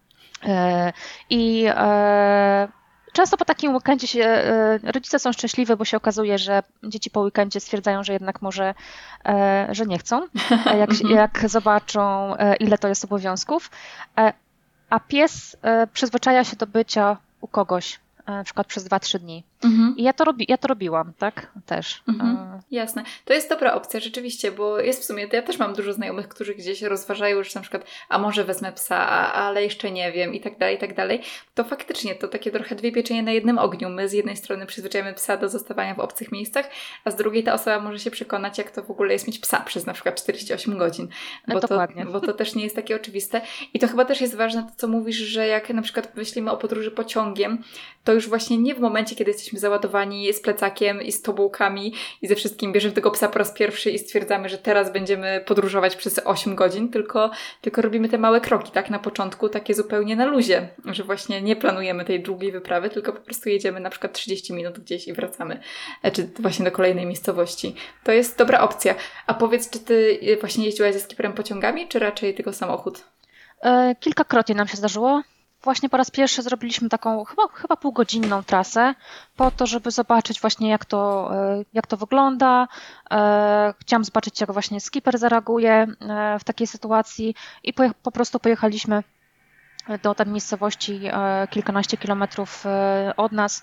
E, I e, często po takim weekendzie się, e, rodzice są szczęśliwi, bo się okazuje, że dzieci po weekendzie stwierdzają, że jednak może, e, że nie chcą, e, jak, jak zobaczą, e, ile to jest obowiązków. E, a pies e, przyzwyczaja się do bycia u kogoś, na przykład przez dwa trzy dni. Mhm. I ja to, robi, ja to robiłam, tak? Też. Mhm. Jasne. To jest dobra opcja, rzeczywiście, bo jest w sumie, ja też mam dużo znajomych, którzy gdzieś rozważają już na przykład, a może wezmę psa, ale jeszcze nie wiem i tak dalej, i tak dalej. To faktycznie to takie trochę dwie pieczenie na jednym ogniu. My z jednej strony przyzwyczajamy psa do zostawania w obcych miejscach, a z drugiej ta osoba może się przekonać, jak to w ogóle jest mieć psa przez na przykład czterdzieści osiem godzin. Bo, Dokładnie. to, bo to też nie jest takie oczywiste. I to chyba też jest ważne to, co mówisz, że jak na przykład myślimy o podróży pociągiem, to już właśnie nie w momencie, kiedy jesteśmy załadowani z plecakiem i z tobołkami i ze wszystkim bierzemy tego psa po raz pierwszy i stwierdzamy, że teraz będziemy podróżować przez osiem godzin, tylko, tylko robimy te małe kroki, tak, na początku, takie zupełnie na luzie, że właśnie nie planujemy tej długiej wyprawy, tylko po prostu jedziemy na przykład trzydzieści minut gdzieś i wracamy, czy właśnie do kolejnej miejscowości. To jest dobra opcja. A powiedz, czy ty właśnie jeździłaś ze skiperem pociągami, czy raczej tylko samochód? Kilkakrotnie nam się zdarzyło. Właśnie po raz pierwszy zrobiliśmy taką chyba, chyba półgodzinną trasę po to, żeby zobaczyć właśnie jak to, jak to wygląda. Chciałam zobaczyć, jak właśnie skipper zareaguje w takiej sytuacji i po, po prostu pojechaliśmy do tej miejscowości kilkanaście kilometrów od nas.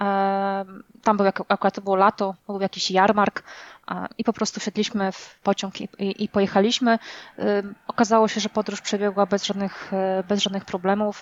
Tam był, akurat to było lato, był jakiś jarmark i po prostu wsiedliśmy w pociąg i, i, i pojechaliśmy. Okazało się, że podróż przebiegła bez żadnych, bez żadnych problemów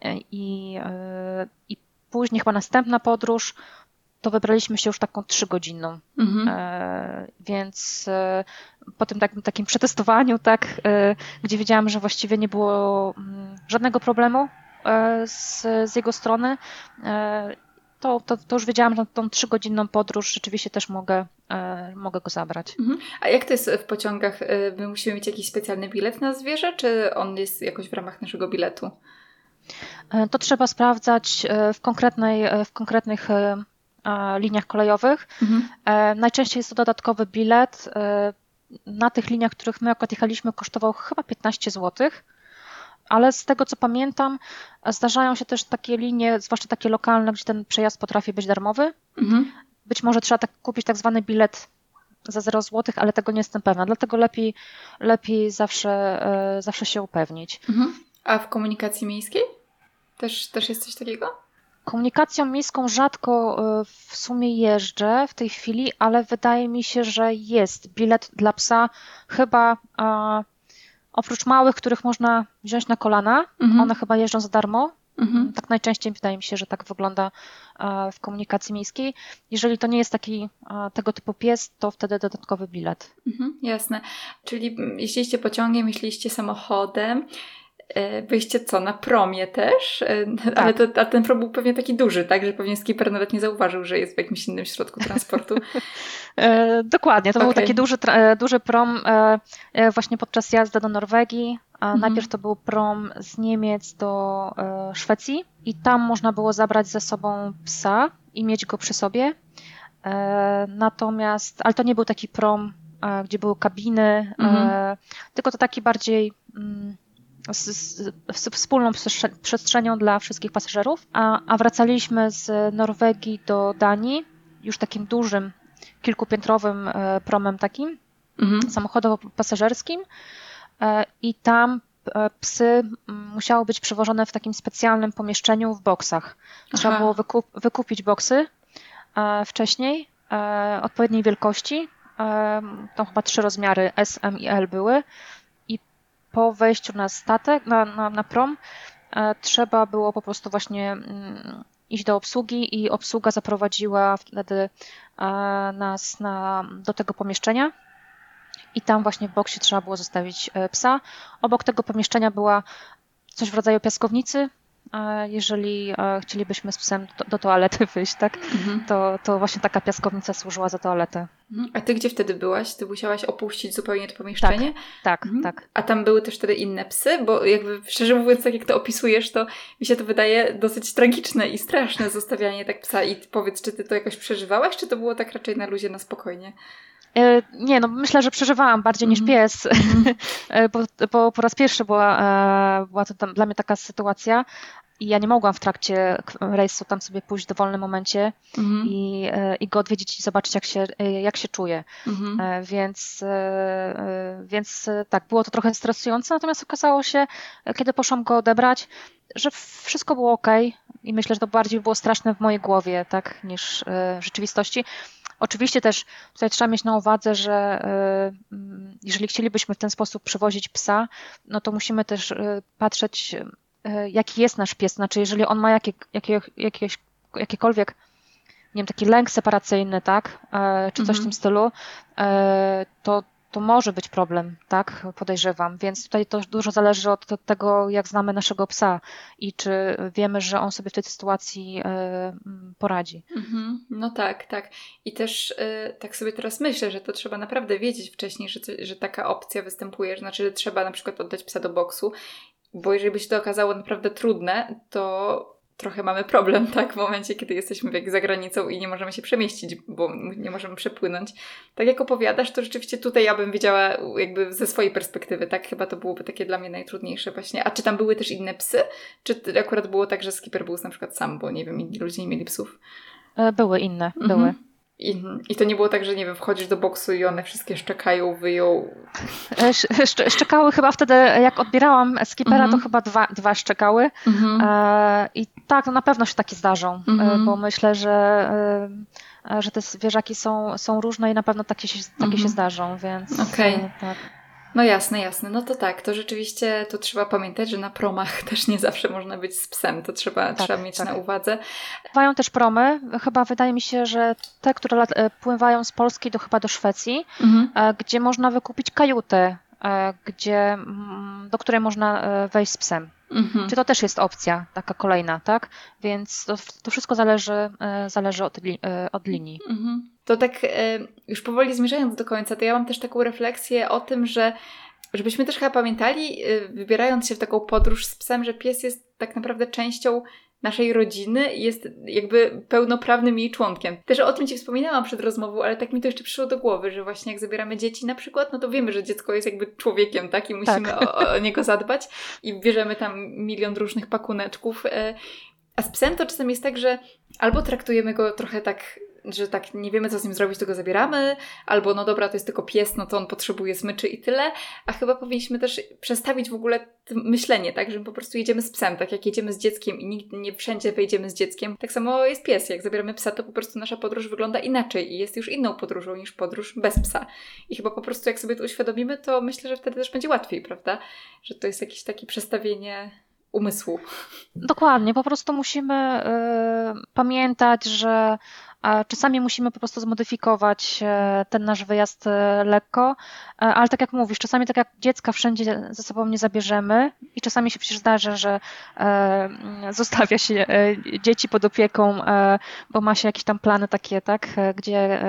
i, i później chyba następna podróż to wybraliśmy się już taką trzygodzinną, mhm. e, więc e, po tym takim, takim przetestowaniu, tak, e, gdzie wiedziałam, że właściwie nie było m, żadnego problemu e, z, z jego strony, e, to, to, to już wiedziałam, że tą trzygodzinną podróż rzeczywiście też mogę, e, mogę go zabrać. Mhm. A jak to jest w pociągach? My musimy mieć jakiś specjalny bilet na zwierzę, czy on jest jakoś w ramach naszego biletu? E, to trzeba sprawdzać w konkretnej, w konkretnych liniach kolejowych. Mhm. Najczęściej jest to dodatkowy bilet. Na tych liniach, których my akurat jechaliśmy, kosztował chyba piętnaście złotych, ale z tego co pamiętam, zdarzają się też takie linie, zwłaszcza takie lokalne, gdzie ten przejazd potrafi być darmowy. Mhm. Być może trzeba tak kupić tak zwany bilet za zero złotych, ale tego nie jestem pewna, dlatego lepiej, lepiej zawsze, zawsze się upewnić. Mhm. A w komunikacji miejskiej? Też, też jest coś takiego? Komunikacją miejską rzadko w sumie jeżdżę w tej chwili, ale wydaje mi się, że jest bilet dla psa chyba a, oprócz małych, których można wziąć na kolana, mhm. one chyba jeżdżą za darmo. Mhm. Tak najczęściej wydaje mi się, że tak wygląda a, w komunikacji miejskiej. Jeżeli to nie jest taki a, tego typu pies, to wtedy dodatkowy bilet. Mhm, jasne. Czyli jeździliście pociągiem, jeździliście samochodem. Byliście co, na promie też? Tak. Ale to, a ten prom był pewnie taki duży, tak? Że pewnie skipper nawet nie zauważył, że jest w jakimś innym środku transportu. e, dokładnie, to okay. był taki duży, duży prom e, właśnie podczas jazdy do Norwegii. Mhm. Najpierw to był prom z Niemiec do e, Szwecji i tam można było zabrać ze sobą psa i mieć go przy sobie. E, natomiast, ale to nie był taki prom, e, gdzie były kabiny, mhm. e, tylko to taki bardziej... Mm, z, z, z wspólną przestrzenią dla wszystkich pasażerów, a, a wracaliśmy z Norwegii do Danii już takim dużym, kilkupiętrowym promem takim, mhm. samochodowo-pasażerskim i tam psy musiały być przewożone w takim specjalnym pomieszczeniu w boksach. Trzeba Aha. było wykup, wykupić boksy wcześniej, odpowiedniej wielkości, tam chyba trzy rozmiary S, M i L były i po wejściu na statek, na, na, na prom trzeba było po prostu właśnie iść do obsługi i obsługa zaprowadziła wtedy nas na, do tego pomieszczenia i tam właśnie w boksie trzeba było zostawić psa. Obok tego pomieszczenia była coś w rodzaju piaskownicy. Jeżeli chcielibyśmy z psem do, do toalety wyjść, tak, mhm. to, to właśnie taka piaskownica służyła za toaletę. A ty gdzie wtedy byłaś? Ty musiałaś opuścić zupełnie to pomieszczenie? Tak, tak, mhm. tak. A tam były też wtedy inne psy? Bo jakby szczerze mówiąc, tak jak to opisujesz, to mi się to wydaje dosyć tragiczne i straszne zostawianie tak psa. I powiedz, czy ty to jakoś przeżywałaś, czy to było tak raczej na luzie, na spokojnie? Nie, no myślę, że przeżywałam bardziej mm. niż pies, mm. bo, bo po raz pierwszy była, była to tam dla mnie taka sytuacja i ja nie mogłam w trakcie rejsu tam sobie pójść w dowolnym momencie mm. i, i go odwiedzić i zobaczyć, jak się, jak się czuje. Mm. Więc, więc tak, było to trochę stresujące, natomiast okazało się, kiedy poszłam go odebrać, że wszystko było okej i myślę, że to bardziej było straszne w mojej głowie, tak, niż w rzeczywistości. Oczywiście też tutaj trzeba mieć na uwadze, że jeżeli chcielibyśmy w ten sposób przywozić psa, no to musimy też patrzeć, jaki jest nasz pies. Znaczy, jeżeli on ma jakie, jakie, jakieś, jakiekolwiek, nie wiem, taki lęk separacyjny, tak, czy coś mhm. w tym stylu, to to może być problem, tak, podejrzewam, więc tutaj to dużo zależy od, od tego, jak znamy naszego psa i czy wiemy, że on sobie w tej sytuacji y, poradzi. Mm-hmm. No tak, tak. I też y, tak sobie teraz myślę, że to trzeba naprawdę wiedzieć wcześniej, że, że taka opcja występuje, że znaczy, że trzeba na przykład oddać psa do boksu, bo jeżeli by się to okazało naprawdę trudne, to trochę mamy problem, tak, w momencie, kiedy jesteśmy jak za granicą i nie możemy się przemieścić, bo nie możemy przepłynąć. Tak jak opowiadasz, to rzeczywiście tutaj ja bym wiedziała jakby ze swojej perspektywy, tak, chyba to byłoby takie dla mnie najtrudniejsze właśnie. A czy tam były też inne psy? Czy akurat było tak, że skipper był na przykład sam, bo nie wiem, inni ludzie nie mieli psów? Były inne, mhm. były. I, I to nie było tak, że nie wiem, wchodzisz do boksu i one wszystkie szczekają, wyją. Sz, szczekały chyba wtedy, jak odbierałam skipera, mm-hmm. to chyba dwa, dwa szczekały. Mm-hmm. E, I tak, no na pewno się takie zdarzą, mm-hmm. bo myślę, że, e, że te zwierzaki są, są różne i na pewno takie się, takie mm-hmm. się zdarzą, więc okay. e, tak. No jasne, jasne. No to tak, to rzeczywiście to trzeba pamiętać, że na promach też nie zawsze można być z psem. To trzeba, tak, trzeba mieć tak. na uwadze. Pływają też promy. Chyba wydaje mi się, że te, które lat, pływają z Polski do chyba do Szwecji, mhm. gdzie można wykupić kajutę, gdzie, do której można wejść z psem. Mhm. Czy to też jest opcja, taka kolejna, tak? Więc to, to wszystko zależy, zależy od, li, od linii. Mhm. To tak już powoli zmierzając do końca, to ja mam też taką refleksję o tym, że żebyśmy też chyba pamiętali, wybierając się w taką podróż z psem, że pies jest tak naprawdę częścią naszej rodziny i jest jakby pełnoprawnym jej członkiem. Też o tym Ci wspominałam przed rozmową, ale tak mi to jeszcze przyszło do głowy, że właśnie jak zabieramy dzieci na przykład, no to wiemy, że dziecko jest jakby człowiekiem, tak? I musimy tak. O, o niego zadbać i bierzemy tam milion różnych pakuneczków. A z psem to czasem jest tak, że albo traktujemy go trochę tak, że tak nie wiemy, co z nim zrobić, to go zabieramy, albo no dobra, to jest tylko pies, no to on potrzebuje smyczy i tyle, a chyba powinniśmy też przestawić w ogóle myślenie, tak, że po prostu jedziemy z psem, tak jak jedziemy z dzieckiem i nigdy nie wszędzie wejdziemy z dzieckiem, tak samo jest pies, jak zabieramy psa, to po prostu nasza podróż wygląda inaczej i jest już inną podróżą niż podróż bez psa. I chyba po prostu jak sobie to uświadomimy, to myślę, że wtedy też będzie łatwiej, prawda? Że to jest jakieś takie przestawienie umysłu. Dokładnie, po prostu musimy y, pamiętać, że a czasami musimy po prostu zmodyfikować ten nasz wyjazd lekko, ale tak jak mówisz, czasami tak jak dziecka wszędzie ze sobą nie zabierzemy i czasami się przecież zdarza, że zostawia się dzieci pod opieką, bo ma się jakieś tam plany takie, tak, gdzie,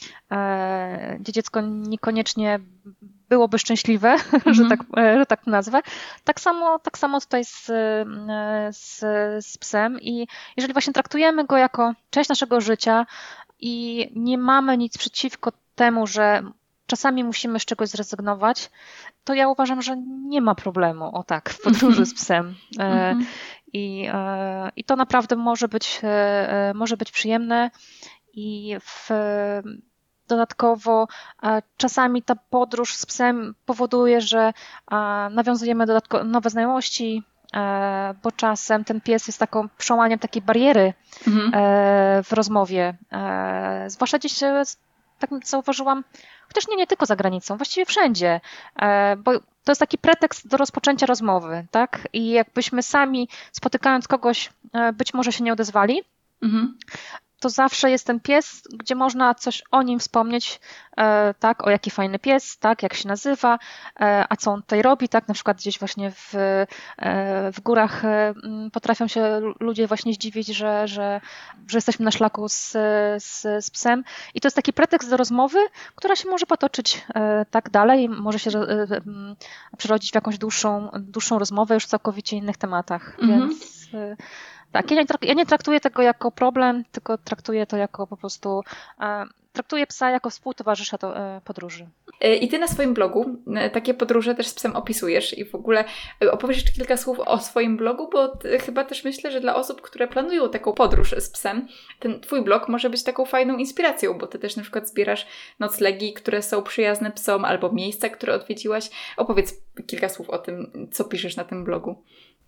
gdzie dziecko niekoniecznie byłoby szczęśliwe, mm-hmm. że, tak, że tak nazwę. Tak samo, tak samo tutaj z, z, z psem i jeżeli właśnie traktujemy go jako część naszego życia i nie mamy nic przeciwko temu, że czasami musimy z czegoś zrezygnować, to ja uważam, że nie ma problemu, o tak, w podróży z psem. E, i, e, I to naprawdę może być, e, może być przyjemne i w, dodatkowo e, czasami ta podróż z psem powoduje, że e, nawiązujemy dodatkowo nowe znajomości, e, bo czasem ten pies jest taką przełamaniem takiej bariery Mhm. e, w rozmowie, e, zwłaszcza gdzieś e, tak zauważyłam, chociaż nie, nie tylko za granicą, właściwie wszędzie, e, bo to jest taki pretekst do rozpoczęcia rozmowy, tak? I jakbyśmy sami spotykając kogoś, e, być może się nie odezwali, Mhm. to zawsze jest ten pies, gdzie można coś o nim wspomnieć, e, tak, o jaki fajny pies, tak, jak się nazywa, e, a co on tutaj robi, tak, na przykład gdzieś właśnie w, e, w górach e, potrafią się ludzie właśnie zdziwić, że, że, że jesteśmy na szlaku z, z, z psem i to jest taki pretekst do rozmowy, która się może potoczyć e, tak dalej, może się e, e, przerodzić w jakąś dłuższą, dłuższą rozmowę już w całkowicie innych tematach, Mhm. więc e, tak, ja nie, trak- ja nie traktuję tego jako problem, tylko traktuję to jako po prostu, e, traktuję psa jako współtowarzysza do e, podróży. E, I ty na swoim blogu e, takie podróże też z psem opisujesz i w ogóle e, opowiesz jeszcze kilka słów o swoim blogu, bo ty, chyba też myślę, że dla osób, które planują taką podróż z psem, ten twój blog może być taką fajną inspiracją, bo ty też na przykład zbierasz noclegi, które są przyjazne psom, albo miejsca, które odwiedziłaś. Opowiedz kilka słów o tym, co piszesz na tym blogu.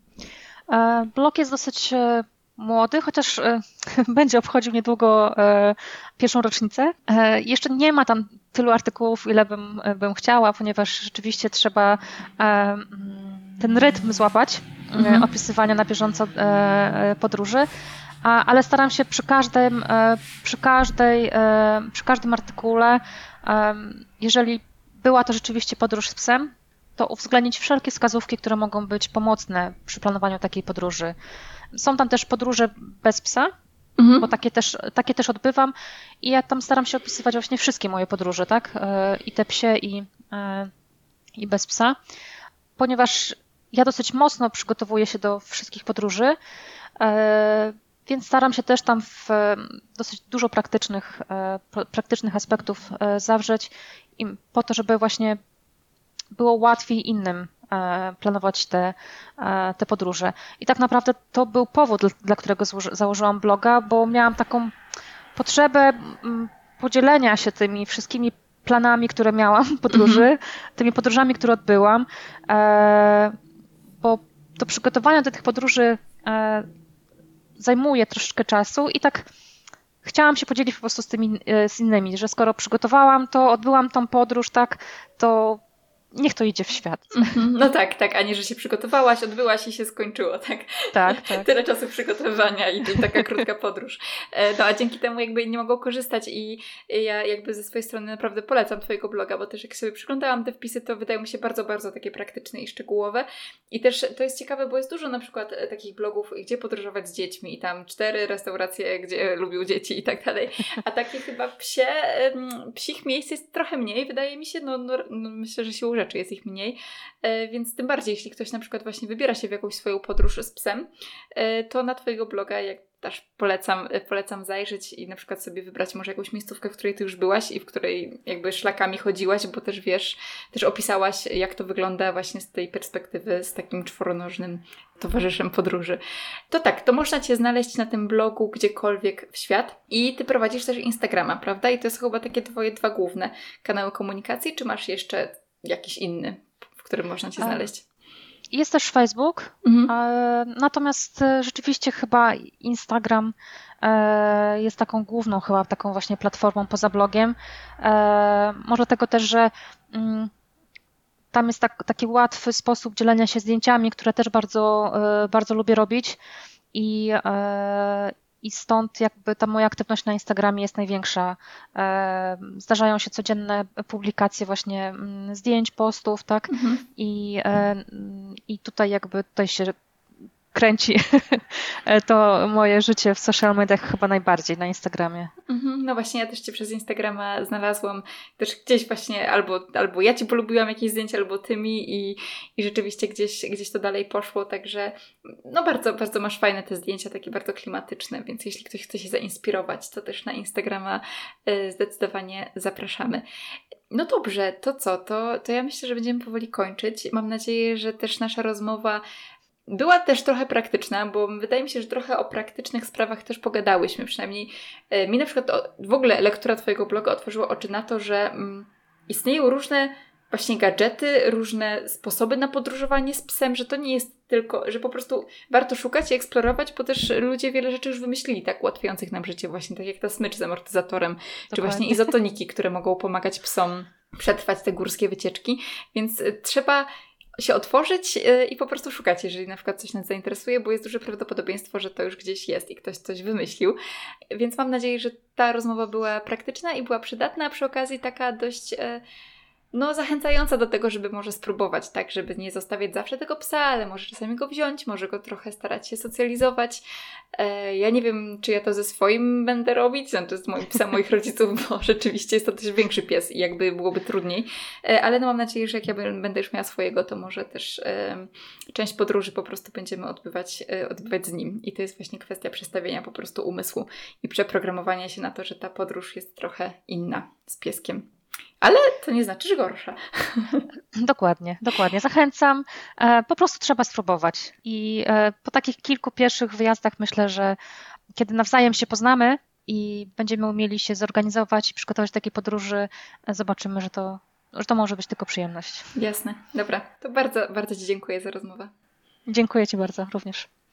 E, Blog jest dosyć e, młody, chociaż e, będzie obchodził niedługo e, pierwszą rocznicę. E, Jeszcze nie ma tam tylu artykułów, ile bym, bym chciała, ponieważ rzeczywiście trzeba e, ten rytm złapać, e, Mhm. opisywania na bieżąco e, podróży, a, ale staram się przy każdym, e, przy każdej, e, przy każdym artykule, e, jeżeli była to rzeczywiście podróż z psem, to uwzględnić wszelkie wskazówki, które mogą być pomocne przy planowaniu takiej podróży. Są tam też podróże bez psa, Mhm. bo takie też, takie też odbywam i ja tam staram się opisywać właśnie wszystkie moje podróże, tak? E, I te psie, i, e, i bez psa, ponieważ ja dosyć mocno przygotowuję się do wszystkich podróży, e, więc staram się też tam w dosyć dużo praktycznych, e, praktycznych aspektów e, zawrzeć i po to, żeby właśnie było łatwiej innym e, planować te, e, te podróże. I tak naprawdę to był powód, dla, dla którego złoży, założyłam bloga, bo miałam taką potrzebę m, podzielenia się tymi wszystkimi planami, które miałam podróży, mhm. tymi podróżami, które odbyłam, e, bo do przygotowania do tych podróży e, zajmuje troszeczkę czasu i tak chciałam się podzielić po prostu z tymi, z innymi, że skoro przygotowałam to, odbyłam tą podróż, tak, to niech to idzie w świat. Mm-hmm. No tak, tak, a nie, że się przygotowałaś, odbyłaś i się skończyło, tak? Tak, tak. Tyle czasu przygotowywania i taka krótka podróż. No a dzięki temu jakby nie mogą korzystać i ja jakby ze swojej strony naprawdę polecam twojego bloga, bo też jak sobie przyglądałam te wpisy, to wydają mi się bardzo, bardzo takie praktyczne i szczegółowe. I też to jest ciekawe, bo jest dużo na przykład takich blogów, gdzie podróżować z dziećmi i tam cztery restauracje, gdzie lubią dzieci i tak dalej. A takie chyba psie, psich miejsc jest trochę mniej, wydaje mi się, no, no, no myślę, że siłą rzeczy jest ich mniej, e, więc tym bardziej, jeśli ktoś na przykład właśnie wybiera się w jakąś swoją podróż z psem, e, to na twojego bloga jak też polecam, polecam zajrzeć i na przykład sobie wybrać może jakąś miejscówkę, w której ty już byłaś i w której jakby szlakami chodziłaś, bo też wiesz, też opisałaś, jak to wygląda właśnie z tej perspektywy z takim czworonożnym towarzyszem podróży. To tak, to można cię znaleźć na tym blogu gdziekolwiek w świat i ty prowadzisz też Instagrama, prawda? I to jest chyba takie twoje dwa główne kanały komunikacji, czy masz jeszcze jakiś inny, w którym można cię znaleźć? Jest też Facebook, mhm. natomiast rzeczywiście chyba Instagram jest taką główną chyba taką właśnie platformą poza blogiem. Może tego też, że tam jest tak, taki łatwy sposób dzielenia się zdjęciami, które też bardzo, bardzo lubię robić i I stąd jakby ta moja aktywność na Instagramie jest największa. Zdarzają się codzienne publikacje właśnie zdjęć, postów, tak? Mhm. I, I tutaj jakby tutaj się kręci to moje życie w social mediach chyba najbardziej na Instagramie. Mhm, no właśnie, ja też cię przez Instagrama znalazłam, też gdzieś właśnie albo, albo ja ci polubiłam jakieś zdjęcia, albo ty mi i, i rzeczywiście gdzieś, gdzieś to dalej poszło, także no bardzo, bardzo masz fajne te zdjęcia, takie bardzo klimatyczne, więc jeśli ktoś chce się zainspirować, to też na Instagrama y, zdecydowanie zapraszamy. No dobrze, to co? To, to ja myślę, że będziemy powoli kończyć. Mam nadzieję, że też nasza rozmowa była też trochę praktyczna, bo wydaje mi się, że trochę o praktycznych sprawach też pogadałyśmy. Przynajmniej e, mi na przykład o, w ogóle lektura Twojego bloga otworzyła oczy na to, że mm, istnieją różne właśnie gadżety, różne sposoby na podróżowanie z psem, że to nie jest tylko, że po prostu warto szukać i eksplorować, bo też ludzie wiele rzeczy już wymyślili tak ułatwiających nam życie, właśnie tak jak ta smycz z amortyzatorem, Dokładnie. Czy właśnie izotoniki, które mogą pomagać psom przetrwać te górskie wycieczki, więc y, trzeba się otworzyć y, i po prostu szukać, jeżeli na przykład coś nas zainteresuje, bo jest duże prawdopodobieństwo, że to już gdzieś jest i ktoś coś wymyślił, więc mam nadzieję, że ta rozmowa była praktyczna i była przydatna, a przy okazji taka dość y, no zachęcająca do tego, żeby może spróbować, tak, żeby nie zostawiać zawsze tego psa, ale może czasami go wziąć, może go trochę starać się socjalizować. E, ja nie wiem, czy ja to ze swoim będę robić, no to jest mój psa moich rodziców, bo rzeczywiście jest to też większy pies i jakby byłoby trudniej, e, ale no mam nadzieję, że jak ja będę już miała swojego, to może też e, część podróży po prostu będziemy odbywać, e, odbywać z nim i to jest właśnie kwestia przestawienia po prostu umysłu i przeprogramowania się na to, że ta podróż jest trochę inna z pieskiem. Ale to nie znaczy, że gorsza. Dokładnie, dokładnie. Zachęcam. Po prostu trzeba spróbować. I po takich kilku pierwszych wyjazdach myślę, że kiedy nawzajem się poznamy i będziemy umieli się zorganizować i przygotować do takiej podróży, zobaczymy, że to, że to może być tylko przyjemność. Jasne. Dobra. To bardzo, bardzo Ci dziękuję za rozmowę. Dziękuję Ci bardzo również.